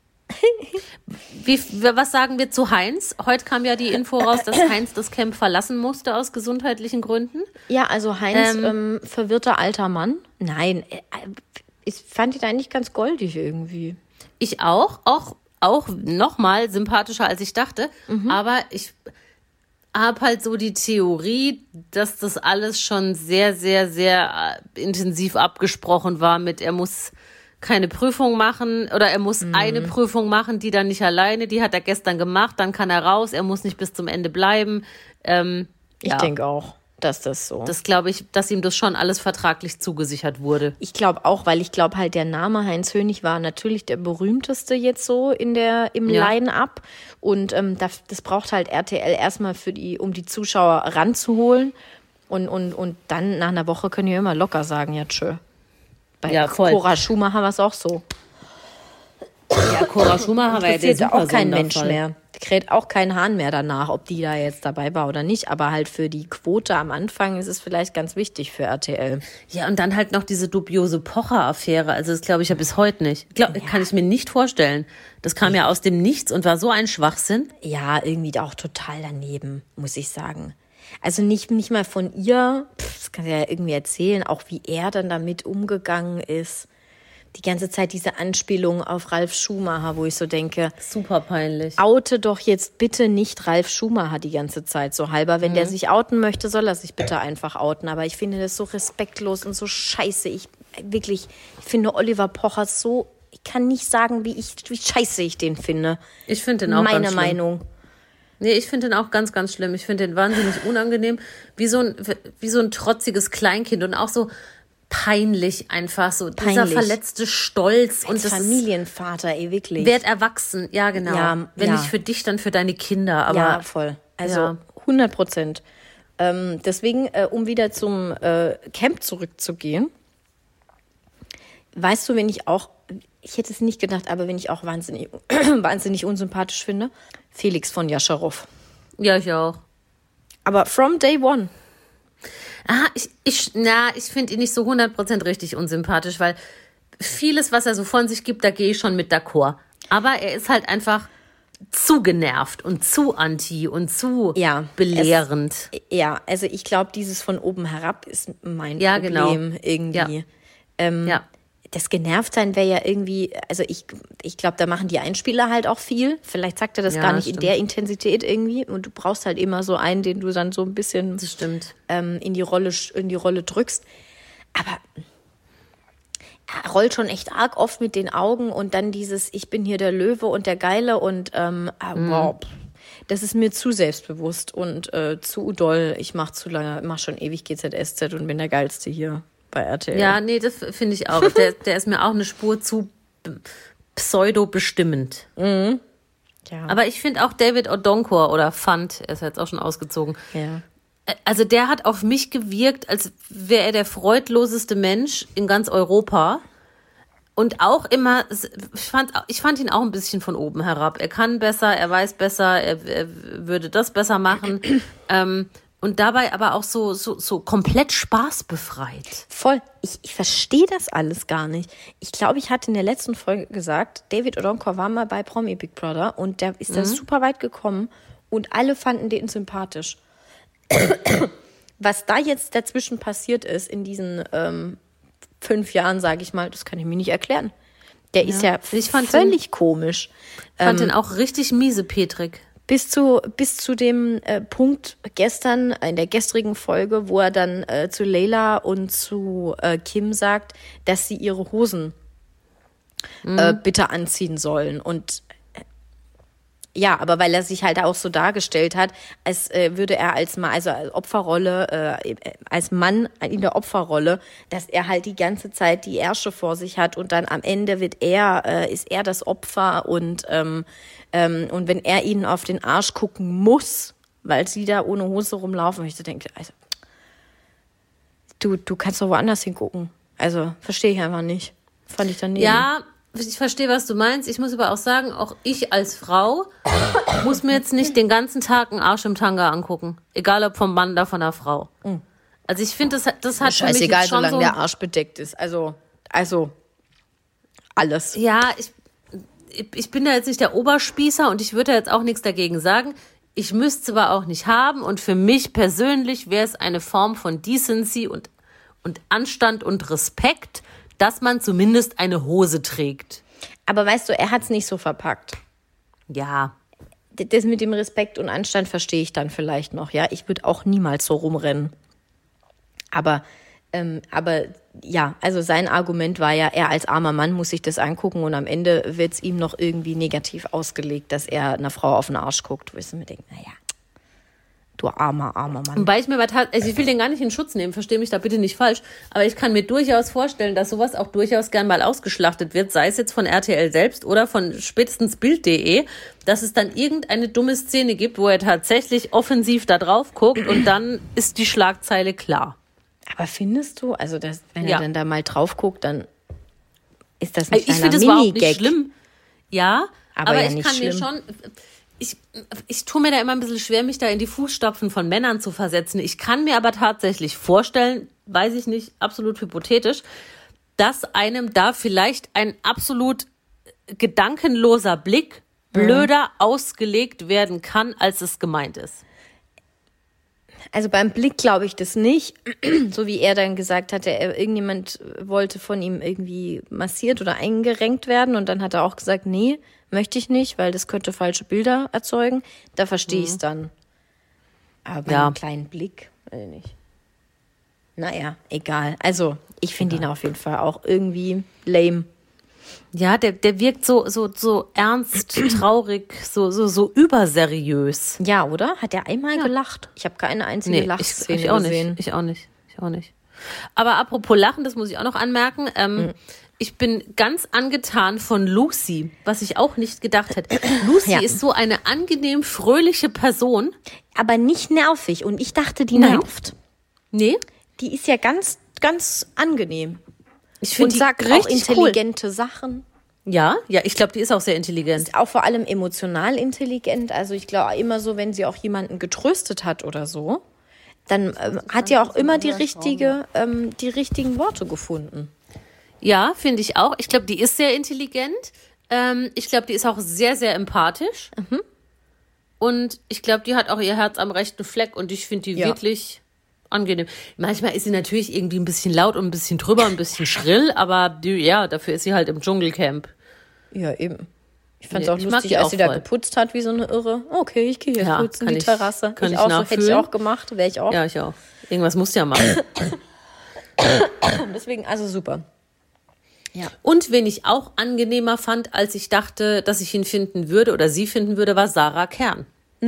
Wie, was sagen wir zu Heinz? Heute kam ja die Info raus, dass Heinz das Camp verlassen musste aus gesundheitlichen Gründen. Ja, also Heinz, ähm, ähm, verwirrter alter Mann. Nein, ich fand ihn eigentlich ganz goldig irgendwie. Ich auch, auch, auch nochmal sympathischer, als ich dachte. Mhm. Aber ich habe halt so die Theorie, dass das alles schon sehr, sehr, sehr intensiv abgesprochen war mit, er muss keine Prüfung machen oder er muss mhm. eine Prüfung machen, die dann nicht alleine, die hat er gestern gemacht, dann kann er raus, er muss nicht bis zum Ende bleiben. Ähm, ich ja. denke auch, dass das so. Das glaube ich, dass ihm das schon alles vertraglich zugesichert wurde. Ich glaube auch, weil ich glaube halt, der Name Heinz Hönig war natürlich der berühmteste jetzt so in der, im ja. Line-Up. Und ähm, das, das braucht halt R T L erstmal für die, um die Zuschauer ranzuholen. Und, und, und dann nach einer Woche können die immer locker sagen, ja tschö. Bei ja, Cora Schumacher war es auch so. Ja, Cora Schumacher war ja der super auch kein Mensch mehr. Kräht auch kein Hahn mehr danach, ob die da jetzt dabei war oder nicht. Aber halt für die Quote am Anfang ist es vielleicht ganz wichtig für R T L. Ja, und dann halt noch diese dubiose Pocher-Affäre. Also das glaube ich ja bis heute nicht. Glaub, ja. Kann ich mir nicht vorstellen. Das kam ja aus dem Nichts und war so ein Schwachsinn. Ja, irgendwie auch total daneben, muss ich sagen. Also nicht, nicht mal von ihr, pff, das kann sie ja irgendwie erzählen, auch wie er dann damit umgegangen ist. Die ganze Zeit diese Anspielung auf Ralf Schumacher, wo ich so denke, super peinlich. Oute doch jetzt bitte nicht Ralf Schumacher die ganze Zeit so halber. Wenn mhm. der sich outen möchte, soll er sich bitte einfach outen. Aber ich finde das so respektlos und so scheiße. Ich wirklich, ich finde Oliver Pocher so, ich kann nicht sagen, wie ich, wie scheiße ich den finde. Ich finde den auch Meine ganz schlimm. Meinung. Nee, ich finde den auch ganz, ganz schlimm. Ich finde den wahnsinnig unangenehm. Wie so ein, wie so ein trotziges Kleinkind und auch so peinlich einfach. So peinlich. Dieser verletzte Stolz. Als und das Familienvater, ey, wirklich. Werd erwachsen, ja genau. Ja, Wenn ja. nicht für dich, dann für deine Kinder. Aber ja, voll. Also ja. hundert Prozent. Ähm, deswegen, äh, um wieder zum äh, Camp zurückzugehen, weißt du, wenn ich auch, ich hätte es nicht gedacht, aber wenn ich auch wahnsinnig, wahnsinnig unsympathisch finde, Felix von Jascharow. Ja, ich auch. Aber from day one. Ah, ich, ich, na, ich finde ihn nicht so hundert Prozent richtig unsympathisch, weil vieles, was er so von sich gibt, da gehe ich schon mit d'accord. Aber er ist halt einfach zu genervt und zu anti und zu ja, belehrend. Es, ja, also ich glaube, dieses von oben herab ist mein ja, Problem genau. irgendwie. Ja. Ähm, ja. Das Genervtsein wäre ja irgendwie, also ich, ich glaube, da machen die Einspieler halt auch viel. Vielleicht sagt er das ja, gar nicht stimmt. in der Intensität irgendwie. Und du brauchst halt immer so einen, den du dann so ein bisschen das stimmt. Ähm, in die Rolle, in die Rolle drückst. Aber er rollt schon echt arg oft mit den Augen und dann dieses, ich bin hier der Löwe und der Geile und ähm, mhm. wow, das ist mir zu selbstbewusst und äh, zu doll. Ich mach zu lange, mach schon ewig G Z S Z und bin der Geilste hier. Bei R T L. Ja, nee, das finde ich auch. Der, der ist mir auch eine Spur zu pseudo-bestimmend. Mhm. Ja. Aber ich finde auch David Odonkor oder Fant, er ist jetzt auch schon ausgezogen. Ja. Also der hat auf mich gewirkt, als wäre er der freudloseste Mensch in ganz Europa. Und auch immer, ich fand, ich fand ihn auch ein bisschen von oben herab. Er kann besser, er weiß besser, er, er würde das besser machen. ähm, Und dabei aber auch so, so, so komplett spaßbefreit. Voll. Ich, ich verstehe das alles gar nicht. Ich glaube, ich hatte in der letzten Folge gesagt, David Odonkor war mal bei Promi Big Brother und der ist mhm. da super weit gekommen und alle fanden den sympathisch. was da jetzt dazwischen passiert ist in diesen ähm, fünf Jahren, sage ich mal, das kann ich mir nicht erklären. Der ja. ist ja ich fand völlig den, komisch. Ich fand ähm, den auch richtig miesepetrig. Bis zu, bis zu dem äh, Punkt gestern, in der gestrigen Folge, wo er dann äh, zu Layla und zu äh, Kim sagt, dass sie ihre Hosen mhm. äh, bitte anziehen sollen. Und äh, ja, aber weil er sich halt auch so dargestellt hat, als äh, würde er als Mann, also als Opferrolle, äh, als Mann in der Opferrolle, dass er halt die ganze Zeit die Ärsche vor sich hat und dann am Ende wird er, äh, ist er das Opfer und ähm, Ähm, und wenn er ihnen auf den Arsch gucken muss, weil sie da ohne Hose rumlaufen, ich so denke, also, du, du kannst doch woanders hingucken. Also, verstehe ich einfach nicht. Fand ich daneben. Ja, ich verstehe, was du meinst. Ich muss aber auch sagen, auch ich als Frau muss mir jetzt nicht den ganzen Tag einen Arsch im Tanga angucken. Egal, ob vom Mann oder von der Frau. Mhm. Also, ich finde, das, das hat für mich scheißegal, jetzt schon solange so der Arsch bedeckt ist. Also, also, alles. Ja, ich... Ich bin da jetzt nicht der Oberspießer und ich würde da jetzt auch nichts dagegen sagen. Ich müsste es aber auch nicht haben und für mich persönlich wäre es eine Form von Decency und, und Anstand und Respekt, dass man zumindest eine Hose trägt. Aber weißt du, er hat es nicht so verpackt. Ja. Das mit dem Respekt und Anstand verstehe ich dann vielleicht noch, ja. Ich würde auch niemals so rumrennen. Aber, ähm, aber ja, also sein Argument war ja, er als armer Mann muss sich das angucken und am Ende wird es ihm noch irgendwie negativ ausgelegt, dass er einer Frau auf den Arsch guckt. Wo ich mir denke, naja, du armer, armer Mann. Wobei ich mir also ich will den gar nicht in Schutz nehmen, verstehe mich da bitte nicht falsch, aber ich kann mir durchaus vorstellen, dass sowas auch durchaus gern mal ausgeschlachtet wird, sei es jetzt von R T L selbst oder von spätestens Bild punkt de, dass es dann irgendeine dumme Szene gibt, wo er tatsächlich offensiv da drauf guckt und dann ist die Schlagzeile klar. Aber findest du, also das, wenn ja. er dann da mal drauf guckt, dann ist das ein ich kleiner finde es überhaupt nicht schlimm. Ja, aber, aber ja ich nicht kann schlimm. mir schon, ich, ich tue mir da immer ein bisschen schwer, mich da in die Fußstapfen von Männern zu versetzen. Ich kann mir aber tatsächlich vorstellen, weiß ich nicht, absolut hypothetisch, dass einem da vielleicht ein absolut gedankenloser Blick blöder mhm. ausgelegt werden kann, als es gemeint ist. Also beim Blick glaube ich das nicht, so wie er dann gesagt hatte, er, irgendjemand wollte von ihm irgendwie massiert oder eingerenkt werden und dann hat er auch gesagt, nee, möchte ich nicht, weil das könnte falsche Bilder erzeugen. Da verstehe mhm. ich es dann. Aber bei ja. einem kleinen Blick, weiß ich nicht. Naja, egal. Also ich finde ihn auf jeden Fall auch irgendwie lame. Ja, der, der wirkt so, so, so ernst, traurig, so, so, so überseriös. Ja, oder? Hat er einmal ja. gelacht? Ich habe keine einzige nee, Lachszene ich, ich auch gesehen. Nicht, ich auch nicht. Ich auch nicht. Aber apropos Lachen, das muss ich auch noch anmerken. Ähm, mhm. Ich bin ganz angetan von Lucy, was ich auch nicht gedacht hätte. Lucy ja. ist so eine angenehm fröhliche Person. Aber nicht nervig. Und ich dachte, die Nein. nervt. Nee. Die ist ja ganz, ganz angenehm. Ich finde und sagt auch intelligente cool. Sachen. Ja, ja, ich glaube, die ist auch sehr intelligent. Ist auch vor allem emotional intelligent. Also ich glaube immer so, wenn sie auch jemanden getröstet hat oder so, dann ähm, hat die auch immer die richtige, ähm, die richtigen Worte gefunden. Ja, finde ich auch. Ich glaube, die ist sehr intelligent. Ähm, ich glaube, die ist auch sehr, sehr empathisch. Mhm. Und ich glaube, die hat auch ihr Herz am rechten Fleck und ich finde die ja. wirklich angenehm. Manchmal ist sie natürlich irgendwie ein bisschen laut und ein bisschen drüber, ein bisschen schrill, aber die, ja, dafür ist sie halt im Dschungelcamp. Ja, eben. Ich fand es Nee, auch ich lustig, mag die als auch sie da voll. geputzt hat wie so eine Irre. Okay, ich gehe jetzt Ja, putzen, kann die ich- Terrasse. kann ich auch so, hätte ich nachfühlen. auch gemacht, wäre ich auch. Ja, ich auch. Irgendwas musst du ja machen. Deswegen, also super. Ja. Und wen ich auch angenehmer fand, als ich dachte, dass ich ihn finden würde oder sie finden würde, war Sarah Kern.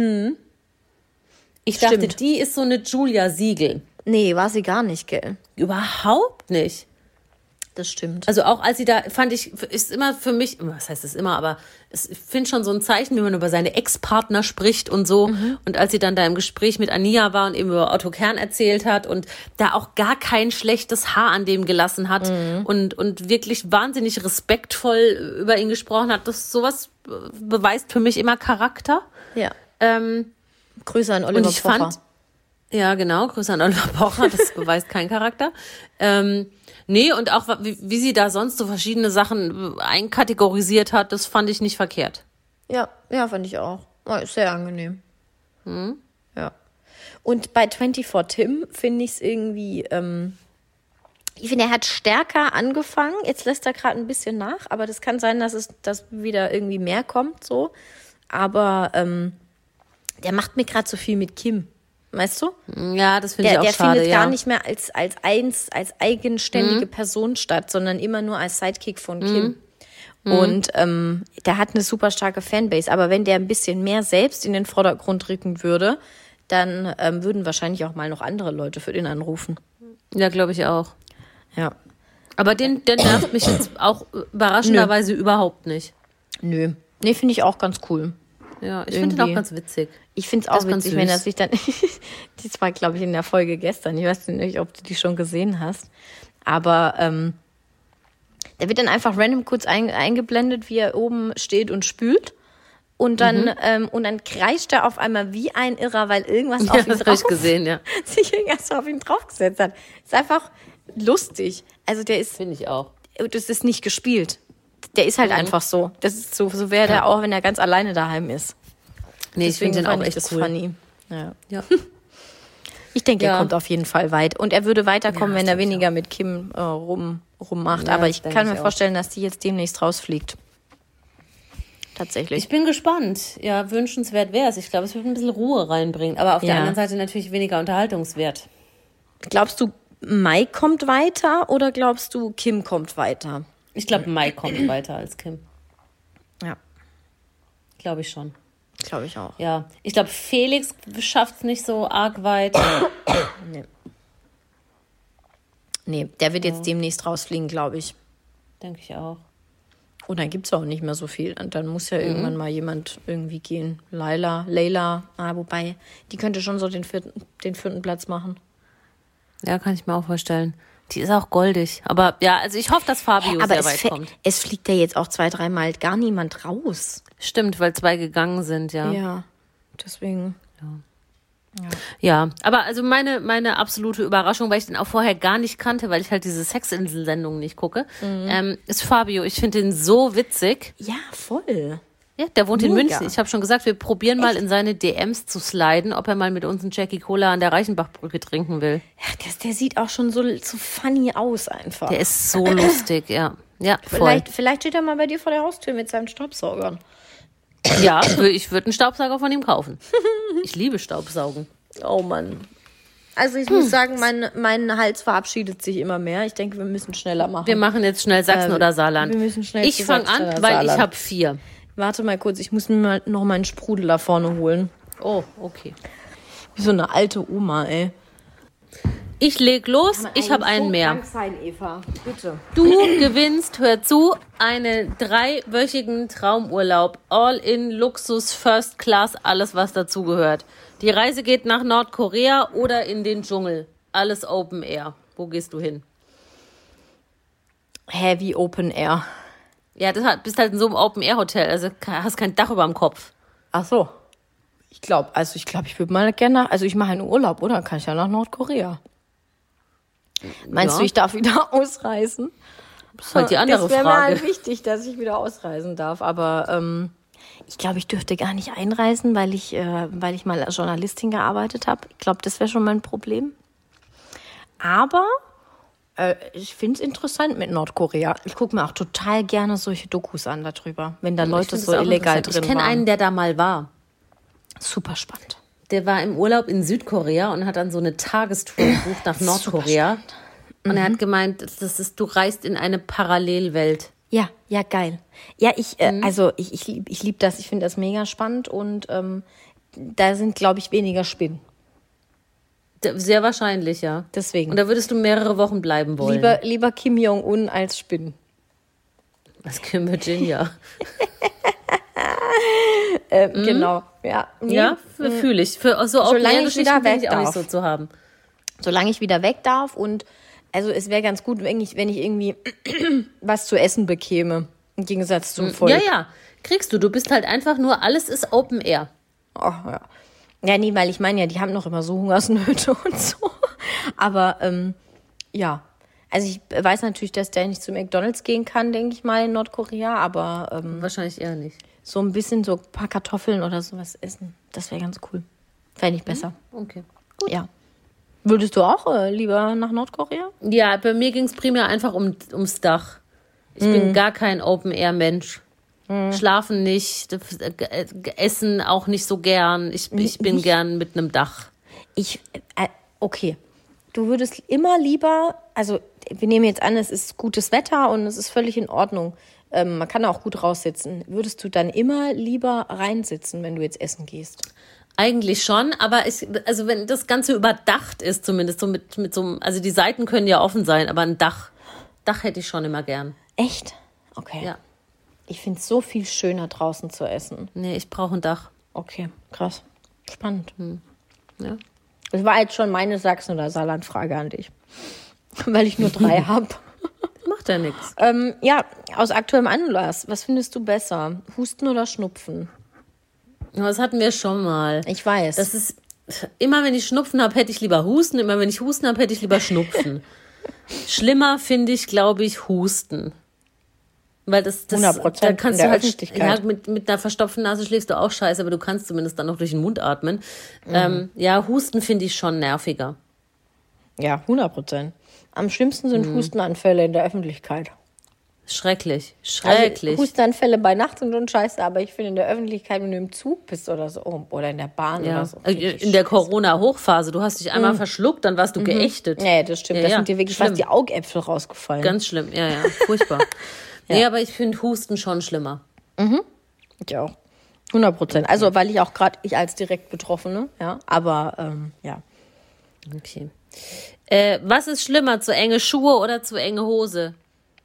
Ich dachte, Stimmt. die ist so eine Julia Siegel. Nee, war sie gar nicht, gell? Überhaupt nicht. Das stimmt. Also auch als sie da, fand ich, ist immer für mich, was heißt es immer, aber es- ich finde schon so ein Zeichen, wie man über seine Ex-Partner spricht und so. Und als sie dann da im Gespräch mit Ania war und eben über Otto Kern erzählt hat und da auch gar kein schlechtes Haar an dem gelassen hat und, und wirklich wahnsinnig respektvoll über ihn gesprochen hat, das sowas beweist für mich immer Charakter. Ja. Ähm, Grüße an Oliver und ich Pocher. fand, ja, genau, Grüße an Oliver Pocher, das beweist keinen Charakter. Ähm, nee, und auch wie, wie sie da sonst so verschiedene Sachen einkategorisiert hat, das fand ich nicht verkehrt. Ja, ja, fand ich auch. Oh, ist sehr angenehm. Ja. Und bei vierundzwanzig Tim finde ich es irgendwie, ähm, ich finde, er hat stärker angefangen. Jetzt lässt er gerade ein bisschen nach, aber das kann sein, dass es dass wieder irgendwie mehr kommt, so. Aber ähm, der macht mir gerade so viel mit Kim. Weißt du? Ja, das finde ich Der, auch der schade, findet ja. gar nicht mehr als, als eins, als eigenständige Person statt, sondern immer nur als Sidekick von Kim. Und ähm, der hat eine super starke Fanbase. Aber wenn der ein bisschen mehr selbst in den Vordergrund rücken würde, dann ähm, würden wahrscheinlich auch mal noch andere Leute für den anrufen. Ja, glaube ich auch. Ja. Aber den, der nervt mich jetzt auch überraschenderweise überhaupt nicht. Nö. Nee, finde ich auch ganz cool. Ja, ich finde den auch ganz witzig. Ich finde es Das auch ist ganz witzig, wenn er süß. sich dann. Das war, glaube ich, in der Folge gestern. Ich weiß nicht, ob du die schon gesehen hast. Aber ähm, der wird dann einfach random kurz ein, eingeblendet, wie er oben steht und spült. Und dann, Mhm. ähm, und dann kreischt er auf einmal wie ein Irrer, weil irgendwas Ja, auf ihn das habe ich drauf gesehen, ja. sich irgendwas auf ihn draufgesetzt hat. Ist einfach lustig. Also der ist, Finde ich auch. das ist nicht gespielt. Der ist halt Mhm. einfach so. Das ist so, so wäre der auch, wenn er ganz alleine daheim ist. Nee, ich finde den auch fand ich echt das cool. funny. Ja. Ja. Ich denke, er Ja. kommt auf jeden Fall weit. Und er würde weiterkommen, Ja, wenn das er denke ich weniger mit Kim äh, rum, rummacht. Ja, Aber das ich denke kann ich mir auch. vorstellen, dass die jetzt demnächst rausfliegt. Tatsächlich. Ich bin gespannt. Ja, wünschenswert wäre es. Ich glaube, es wird ein bisschen Ruhe reinbringen. Aber auf Ja. der anderen Seite natürlich weniger Unterhaltungswert. Glaubst du, Mike kommt weiter oder glaubst du, Kim kommt weiter? Ich glaube, Mai kommt weiter als Kim. Ja, Glaube ich schon. glaube ich auch. Ja. Ich glaube, Felix schafft es nicht so arg weit. Nee, nee der wird jetzt demnächst rausfliegen, glaube ich. Denke ich auch. Und dann gibt es auch nicht mehr so viel. Und dann muss ja Mhm. irgendwann mal jemand irgendwie gehen. Laila, Leila, ah, wobei, die könnte schon so den vierten, den vierten Platz machen. Ja, kann ich mir auch vorstellen. Die ist auch goldig. Aber ja, also ich hoffe, dass Fabio Aber sehr es, weit fe- kommt. es fliegt ja jetzt auch zwei, dreimal gar niemand raus. Stimmt, weil zwei gegangen sind, ja. Ja, deswegen. Ja, aber also meine, meine absolute Überraschung, weil ich den auch vorher gar nicht kannte, weil ich halt diese Sexinsel-Sendung nicht gucke, Mhm. ähm, ist Fabio. Ich finde den so witzig. Ja, voll. Ja, der wohnt in Mega. München. Ich habe schon gesagt, wir probieren mal in seine D Ms zu sliden, ob er mal mit uns einen Jackie Cola an der Reichenbachbrücke trinken will. Ja, der, der sieht auch schon so, so funny aus einfach. Der ist so lustig, ja. Ja, voll. vielleicht, vielleicht steht er mal bei dir vor der Haustür mit seinen Staubsaugern. Ja, ich würde einen Staubsauger von ihm kaufen. Ich liebe Staubsaugen. Oh Mann. Also ich muss sagen, mein, mein Hals verabschiedet sich immer mehr. Ich denke, wir müssen schneller machen. Wir machen jetzt schnell Sachsen Äh, oder Saarland. wir müssen schnell ich zu fange Sachsen an, oder weil Saarland. ich habe vier. Warte mal kurz, ich muss mir mal noch meinen Sprudel da vorne holen. Oh, okay. Wie so eine alte Oma, ey. Ich leg los, ich habe einen mehr. Sein, Eva. Bitte. Du gewinnst, hör zu, einen dreiwöchigen Traumurlaub. All in Luxus, First Class, alles was dazugehört. Die Reise geht nach Nordkorea oder in den Dschungel. Alles Open Air. Wo gehst du hin? Heavy Open Air. Ja, du bist halt in so einem Open Air Hotel, also hast kein Dach über dem Kopf. Ach so. Ich glaube, also ich glaube, ich würde mal gerne, also ich mache einen Urlaub, oder? Kann ich ja nach Nordkorea. Meinst Ja. du, ich darf wieder ausreisen? Das ist halt die andere das wäre mir Frage. halt wichtig, dass ich wieder ausreisen darf. Aber ähm, ich glaube, ich dürfte gar nicht einreisen, weil ich, äh, weil ich mal als Journalistin gearbeitet habe. Ich glaube, das wäre schon mein Problem. Aber äh, ich finde es interessant mit Nordkorea. Ich gucke mir auch total gerne solche Dokus an darüber, wenn da Leute Ich so find das auch illegal interessant. drin Ich kenne waren. einen, der da mal war. Super spannend. Der war im Urlaub in Südkorea und hat dann so eine Tagestour gebucht nach Nordkorea. Und er hat gemeint, das ist, du reist in eine Parallelwelt. Ja, ja, geil. Ja, ich, äh, also ich, ich liebe ich lieb das, ich finde das mega spannend und ähm, da sind, glaube ich, weniger Spinnen. D- Sehr wahrscheinlich, ja. Deswegen. Und da würdest du mehrere Wochen bleiben wollen. Lieber, lieber Kim Jong-un als Spinnen. als Kim Virginia. Ähm, Genau, ja. Nee, Ja, fühle ich. Für so Solange ich Open-Air-Geschichten wieder bin ich weg auch nicht darf. so zu haben. Solange ich wieder weg darf und also es wäre ganz gut, wenn ich, wenn ich irgendwie was zu essen bekäme. Im Gegensatz zum Volk. Ja, ja, kriegst du. Du bist halt einfach nur, alles ist Open Air. Oh, ja. Ja, nee, weil ich meine ja, die haben noch immer so Hungersnöte und so. Aber ähm, ja, also ich weiß natürlich, dass der nicht zu McDonald's gehen kann, denke ich mal, in Nordkorea. Aber ähm, Wahrscheinlich eher nicht. so ein bisschen so ein paar Kartoffeln oder sowas essen, das wäre ganz cool. Fände ich besser. Okay. gut. Ja. Würdest du auch äh, lieber nach Nordkorea? Ja, bei mir ging es primär einfach um, ums Dach. Ich mm. bin gar kein Open-Air-Mensch. Mm. Schlafen nicht, äh, essen auch nicht so gern. Ich, ich bin ich, gern mit einem Dach. Ich, äh, okay. Du würdest immer lieber, also wir nehmen jetzt an, es ist gutes Wetter und es ist völlig in Ordnung. Ähm, man kann auch gut raussitzen. Würdest du dann immer lieber reinsitzen, wenn du jetzt essen gehst? Eigentlich schon, aber ich, also wenn das Ganze überdacht ist, zumindest so mit, mit so einem, also die Seiten können ja offen sein, aber ein Dach, Dach hätte ich schon immer gern. Echt? Okay. Ja. Ich finde es so viel schöner, draußen zu essen. Nee, ich brauche ein Dach. Okay, krass. Spannend. Hm. Ja. Das war jetzt schon meine Sachsen- oder Saarland-Frage an dich. Weil ich nur drei habe. Macht ja nichts. Ähm, ja, aus aktuellem Anlass. Was findest du besser? Husten oder Schnupfen? Das hatten wir schon mal. Ich weiß. Das ist, immer wenn ich Schnupfen habe, hätte ich lieber Husten. Immer wenn ich Husten habe, hätte ich lieber Schnupfen. Schlimmer finde ich, glaube ich, Husten. Weil das, das hundert Prozent da kannst in du der halt, Öffentlichkeit. ja, mit, mit einer verstopften Nase schläfst du auch scheiße, aber du kannst zumindest dann noch durch den Mund atmen. Mhm. Ähm, ja, Husten finde ich schon nerviger. Ja, hundert Prozent. Am schlimmsten sind mhm. Hustenanfälle in der Öffentlichkeit. Schrecklich, schrecklich. Also Hustenanfälle bei Nacht sind schon scheiße, aber ich finde in der Öffentlichkeit, wenn du im Zug bist oder so, oder in der Bahn ja. oder so. In der Corona-Hochphase, du hast dich einmal mhm. verschluckt, dann warst du mhm. geächtet. Ja, das stimmt. Ja, da ja. sind dir wirklich schlimm. fast die Augäpfel rausgefallen. Ganz schlimm, ja, ja, furchtbar. ja. Nee, aber ich finde Husten schon schlimmer. Mhm. Ich auch. hundert Prozent. Also, weil ich auch gerade, ich als direkt Betroffene, ja, aber, ähm, ja. Okay. Äh, was ist schlimmer, zu enge Schuhe oder zu enge Hose?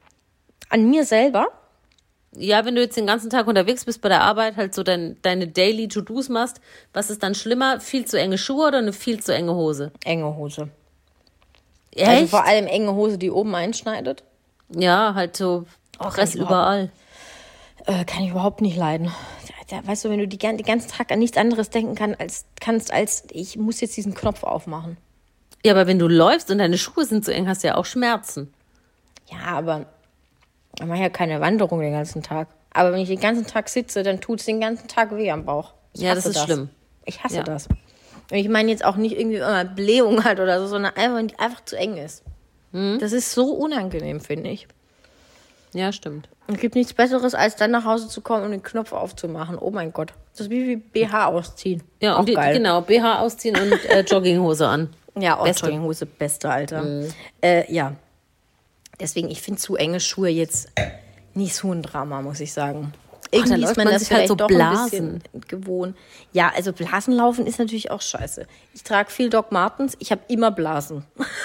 An mir selber? Ja, wenn du jetzt den ganzen Tag unterwegs bist bei der Arbeit, halt so dein, deine Daily To-Dos machst, was ist dann schlimmer? Viel zu enge Schuhe oder eine viel zu enge Hose? Enge Hose. Echt? Also vor allem enge Hose, die oben einschneidet. Ja, halt so Press überall. Äh, kann ich überhaupt nicht leiden. Da, weißt du, wenn du die, den ganzen Tag an nichts anderes denken kann, als, kannst, als ich muss jetzt diesen Knopf aufmachen. Ja, aber wenn du läufst und deine Schuhe sind zu eng, hast du ja auch Schmerzen. Ja, aber ich mache ja keine Wanderung den ganzen Tag. Aber wenn ich den ganzen Tag sitze, dann tut es den ganzen Tag weh am Bauch. Ich ja, das ist das. schlimm. Ich hasse ja. das. Und ich meine jetzt auch nicht irgendwie immer Blähung halt oder so, sondern einfach, wenn die einfach zu eng ist. Hm? Das ist so unangenehm, finde ich. Ja, stimmt. Es gibt nichts Besseres, als dann nach Hause zu kommen und den Knopf aufzumachen. Oh mein Gott. Das ist wie, wie B H ausziehen. Ja, auch und die, geil. genau, B H ausziehen und äh, Jogginghose an. Ja, auch beste. Jogginghose, beste, Alter. Mhm. Äh, ja. Deswegen, ich finde zu enge Schuhe jetzt nicht so ein Drama, muss ich sagen. Irgendwie Ach, ist man, man das sich halt so doch Blasen. ein bisschen gewohnt. Ja, also Blasenlaufen ist natürlich auch scheiße. Ich trage viel Doc Martens, ich habe immer Blasen.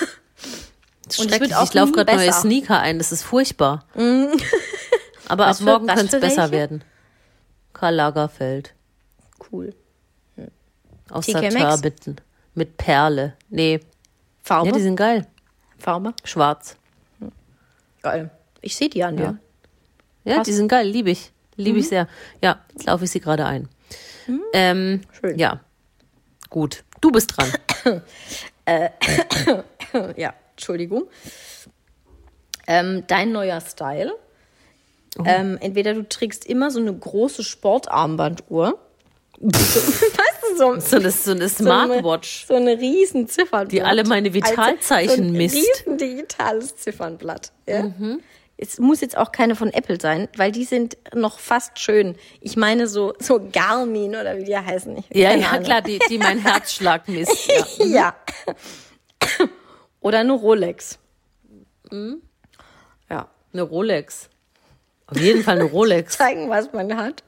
Das ist schrecklich. Ich, ich laufe gerade neue Sneaker ein, das ist furchtbar. Mm. Aber ab morgen könnte es besser werden. Karl Lagerfeld. Cool. Hm. Aus Satin mit Perle. Nee. Farbe? Ja, die sind geil. Farbe? Schwarz. Hm. Geil. Ich sehe die an dir. Ja, ja die sind geil. Liebe ich. Liebe mhm. ich sehr. Ja, jetzt laufe ich sie gerade ein. Mhm. Ähm, Schön. Ja. Gut. Du bist dran. äh, ja, Entschuldigung. Ähm, dein neuer Style. Oh. Ähm, entweder du trägst immer so eine große Sportarmbanduhr. weißt du, so, so eine, so eine Smartwatch. So eine, so eine riesen Ziffernblatt. Die alle meine Vitalzeichen also, so ein misst. Ein riesen digitales Ziffernblatt. Ja? Mhm. Es muss jetzt auch keine von Apple sein, weil die sind noch fast schön. Ich meine so, so Garmin oder wie die heißen. Ich, ja, ja, Ahnung. Klar, die, die mein Herzschlag misst. Ja. ja. Oder eine Rolex. Mhm. Ja. Eine Rolex. Auf jeden Fall eine Rolex. Zeigen, was man hat.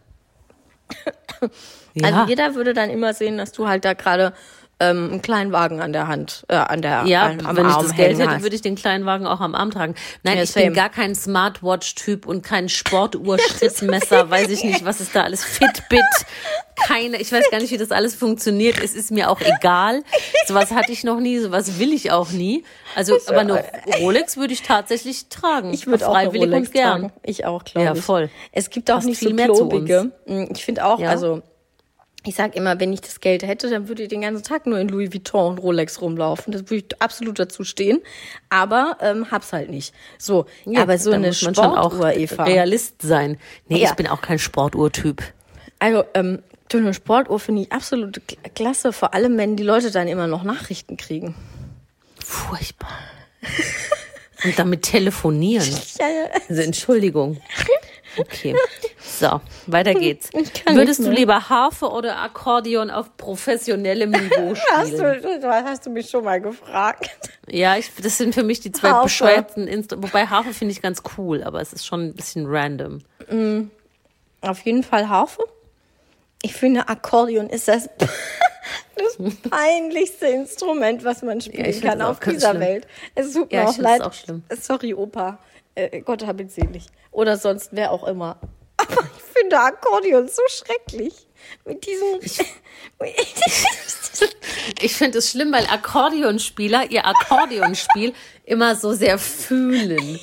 Ja. Also jeder würde dann immer sehen, dass du halt da gerade ähm, einen kleinen Wagen an der Hand, äh, an der Ja, am, am wenn Arm ich das Geld hätte, hast. würde ich den kleinen Wagen auch am Arm tragen. Nein, ja, ich same. bin gar kein Smartwatch-Typ und kein Sportuhr-Schrittmesser, weiß ich nicht, was ist da alles, Fitbit, keine, ich weiß gar nicht, wie das alles funktioniert, es ist mir auch egal, sowas hatte ich noch nie, sowas will ich auch nie, also, aber eine Rolex würde ich tatsächlich tragen. Ich würde auch eine Rolex tragen. Ich auch, glaube ich. Ja, voll. Es gibt auch Passt nicht so viel mehr zu klobige. uns. Ich finde auch, Ja. also ich sag immer, wenn ich das Geld hätte, dann würde ich den ganzen Tag nur in Louis Vuitton und Rolex rumlaufen. Das würde ich absolut dazu stehen. Aber ähm, hab's halt nicht. So, Ja, aber so da eine muss man schon auch Sportuhr, Eva. Realist sein. Nee, Ja. ich bin auch kein Sportuhrtyp. Also, ähm, Du, eine Sportuhr finde ich absolut klasse, vor allem wenn die Leute dann immer noch Nachrichten kriegen. Furchtbar. Und damit telefonieren. Ja, ja. Also Entschuldigung. Okay. So, weiter geht's. Ich kann Würdest nicht du mehr. lieber Harfe oder Akkordeon auf professionellem Niveau Hast spielen? du, das hast du mich schon mal gefragt. Ja, ich, das sind für mich die zwei Harfe. bescheuerten Instrumente. Wobei Harfe finde ich ganz cool, aber es ist schon ein bisschen random. Auf jeden Fall Harfe. Ich finde, Akkordeon ist das, das peinlichste Instrument, was man spielen Ja, ich finde kann es auch auf ganz dieser schlimm. Welt. Es tut mir Ja, ich auch finde es leid. auch schlimm. Sorry, Opa. Äh, Gott hab ihn selig. Oder sonst wer auch immer. Aber ich finde Akkordeon so schrecklich. Mit diesem... Ich finde es schlimm, weil Akkordeonspieler ihr Akkordeonspiel immer so sehr fühlen.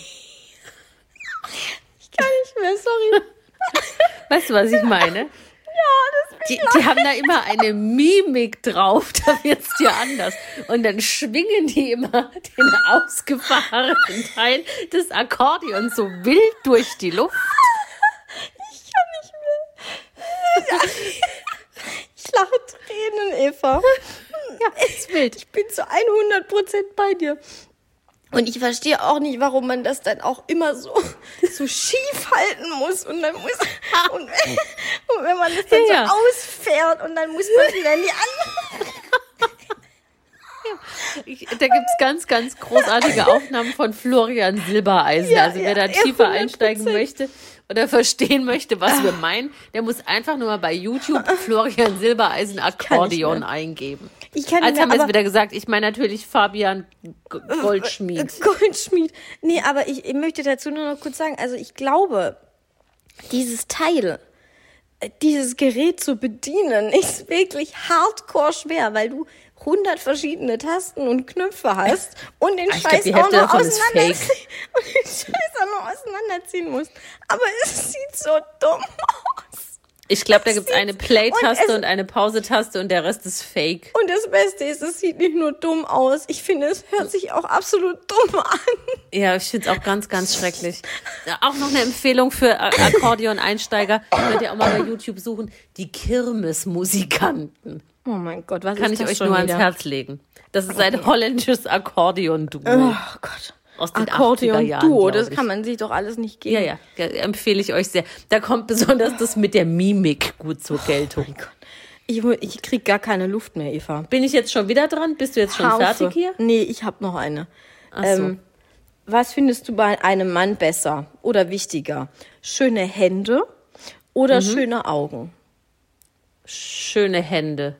Ich kann nicht mehr, sorry. Weißt du, was ich meine? Ja, das Die, die haben da immer eine Mimik drauf, da wird's dir anders. Und dann schwingen die immer den ausgefahrenen Teil des Akkordeons so wild durch die Luft. Ich kann nicht mehr. Ich lache Tränen, Eva. Ja, ist wild. Ich bin zu hundert Prozent bei dir. Und ich verstehe auch nicht, warum man das dann auch immer so, so schief halten muss. Und dann muss, und, und wenn man das dann Ja, ja. so ausfährt und dann muss man wieder in die andere. Ich, da gibt's ganz, ganz großartige Aufnahmen von Florian Silbereisen. Ja, also wer ja, da ja, tiefer hundert einsteigen Prozent. möchte oder verstehen möchte, was wir meinen, der muss einfach nur mal bei YouTube Florian Silbereisen Akkordeon mehr. eingeben. Ich kann Als nicht haben wir mehr, jetzt wieder gesagt, ich meine natürlich Fabian G- Goldschmied. Goldschmied. Nee, aber ich, ich möchte dazu nur noch kurz sagen, also ich glaube, dieses Teil, äh, dieses Gerät zu bedienen, ist wirklich hardcore schwer, weil du hundert verschiedene Tasten und Knöpfe hast und den Ich glaub, Scheiß die auch Hälfte noch davon ist auseinanderziehen und den Scheiß auch noch auseinanderziehen musst. Aber es sieht so dumm aus. Ich glaube, da gibt's eine Und Play-Taste es- und eine Pause-Taste und der Rest ist fake. Und das Beste ist, es sieht nicht nur dumm aus, ich finde, es hört sich auch absolut dumm an. Ja, ich finde es auch ganz, ganz schrecklich. Auch noch eine Empfehlung für A- Akkordeon-Einsteiger. Könnt ihr auch mal bei YouTube suchen. Die Kirmesmusikanten. Oh mein Gott, was Kann ist ich das euch schon nur ans wieder? Herz legen. Das ist ein holländisches Akkordeon-Duo. Oh Gott. Aus den achtziger Jahren, Akkordeon-Duo, glaub das ich. kann man sich doch alles nicht geben. Ja, ja, ja, empfehle ich euch sehr. Da kommt besonders das mit der Mimik gut zur Geltung. Ich, ich krieg gar keine Luft mehr, Eva. Bin ich jetzt schon wieder dran? Bist du jetzt schon Haufe. fertig hier? Nee, ich habe noch eine. Ach so. Ähm, was findest du bei einem Mann besser oder wichtiger? Schöne Hände oder Mhm. schöne Augen? Schöne Hände.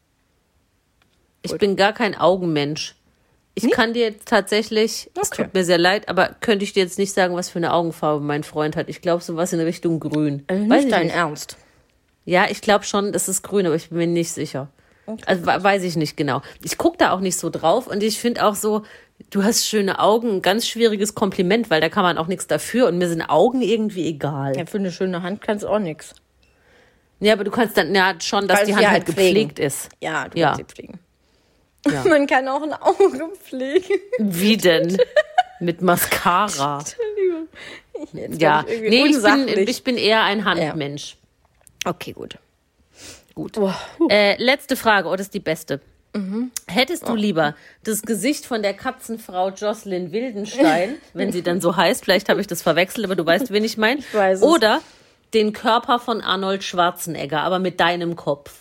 Ich bin gar kein Augenmensch. Ich kann dir jetzt tatsächlich, es Okay. tut mir sehr leid, aber könnte ich dir jetzt nicht sagen, was für eine Augenfarbe mein Freund hat. Ich glaube, sowas in Richtung grün. Also Weiß nicht ich dein nicht. Ernst. Ja, ich glaube schon, es ist grün, aber ich bin mir nicht sicher. Also we- weiß ich nicht genau. Ich gucke da auch nicht so drauf und ich finde auch so, du hast schöne Augen, ein ganz schwieriges Kompliment, weil da kann man auch nichts dafür und mir sind Augen irgendwie egal. Ja, für eine schöne Hand kannst du auch nichts. Ja, aber du kannst dann ja schon, dass Kannst die sie Hand halt halt pflegen. gepflegt ist. Ja, du Ja. kannst sie pflegen. Ja. Man kann auch ein Auge pflegen. Wie denn? Mit Mascara. Entschuldigung. Jetzt Ja, werd ich irgendwie nee, ich bin, unsachlich. ich bin eher ein Handmensch. Okay, gut. Gut. Oh, Äh, letzte Frage, oh, das ist die beste. Mhm. Hättest du lieber das Gesicht von der Katzenfrau Jocelyn Wildenstein, wenn sie dann so heißt, vielleicht habe ich das verwechselt, aber du weißt, wen ich meine, weiß es. oder den Körper von Arnold Schwarzenegger, aber mit deinem Kopf?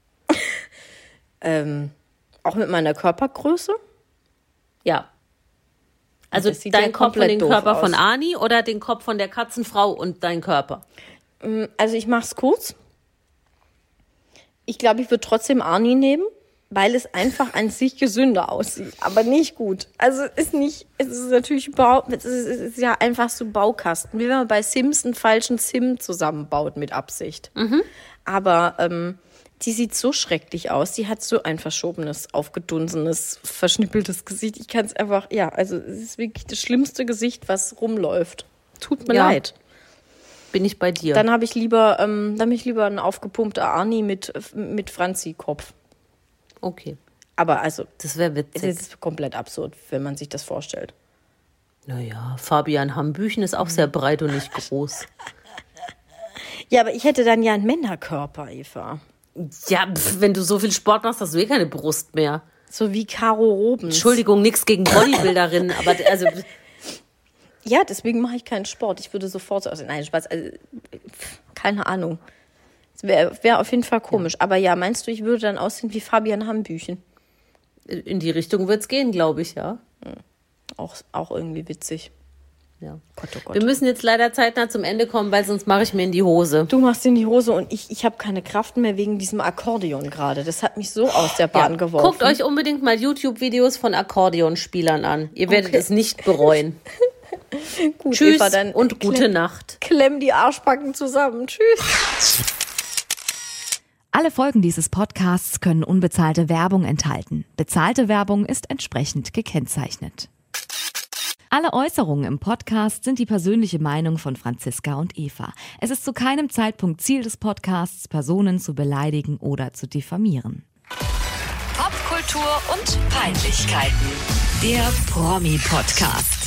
Ähm, auch mit meiner Körpergröße? Ja. Also Das sieht dein ja Kopf von komplett den doof Körper aus. von Ani oder den Kopf von der Katzenfrau und dein Körper? Also ich mach's kurz. Ich glaube, ich würde trotzdem Arnie nehmen, weil es einfach an sich gesünder aussieht, aber nicht gut. Also es ist nicht, es ist natürlich überhaupt, es ist, es ist ja einfach so Baukasten, wie wenn man bei Sims einen falschen Sim zusammenbaut mit Absicht. Aber ähm, die sieht so schrecklich aus. Die hat so ein verschobenes, aufgedunsenes, verschnippeltes Gesicht. Ich kann es einfach, ja, also es ist wirklich das schlimmste Gesicht, was rumläuft. Tut mir Ja. leid. Bin ich bei dir. Dann habe ich lieber, ähm, dann habe ich lieber einen aufgepumpter Arnie mit, mit Franzi-Kopf. Okay, Aber also, das wäre es witzig. ist komplett absurd, wenn man sich das vorstellt. Naja, Fabian Hambüchen ist auch sehr breit und nicht groß. Ja, aber ich hätte dann ja einen Männerkörper, Eva. Ja, pf, wenn du so viel Sport machst, hast du eh keine Brust mehr. So wie Caro Robens. Entschuldigung, nichts gegen Bodybuilderinnen, aber also... Ja, deswegen mache ich keinen Sport. Ich würde sofort so aussehen. Nein, Spaß. Also, keine Ahnung. Das wäre wär auf jeden Fall komisch. Ja. Aber ja, meinst du, ich würde dann aussehen wie Fabian Hambüchen? In die Richtung wird es gehen, glaube ich, ja. Auch, auch irgendwie witzig. Ja. Gott, oh Gott. Wir müssen jetzt leider zeitnah zum Ende kommen, weil sonst mache ich mir in die Hose. Du machst in die Hose und ich, ich habe keine Kraft mehr wegen diesem Akkordeon gerade. Das hat mich so aus der Bahn ja, geworfen. Guckt euch unbedingt mal YouTube-Videos von Akkordeonspielern an. Ihr werdet okay. es nicht bereuen. Gut, Tschüss Eva, dann und gute klemm, Nacht. Klemm die Arschbacken zusammen. Tschüss. Alle Folgen dieses Podcasts können unbezahlte Werbung enthalten. Bezahlte Werbung ist entsprechend gekennzeichnet. Alle Äußerungen im Podcast sind die persönliche Meinung von Franziska und Eva. Es ist zu keinem Zeitpunkt Ziel des Podcasts, Personen zu beleidigen oder zu diffamieren. Popkultur und Peinlichkeiten. Der Promi-Podcast.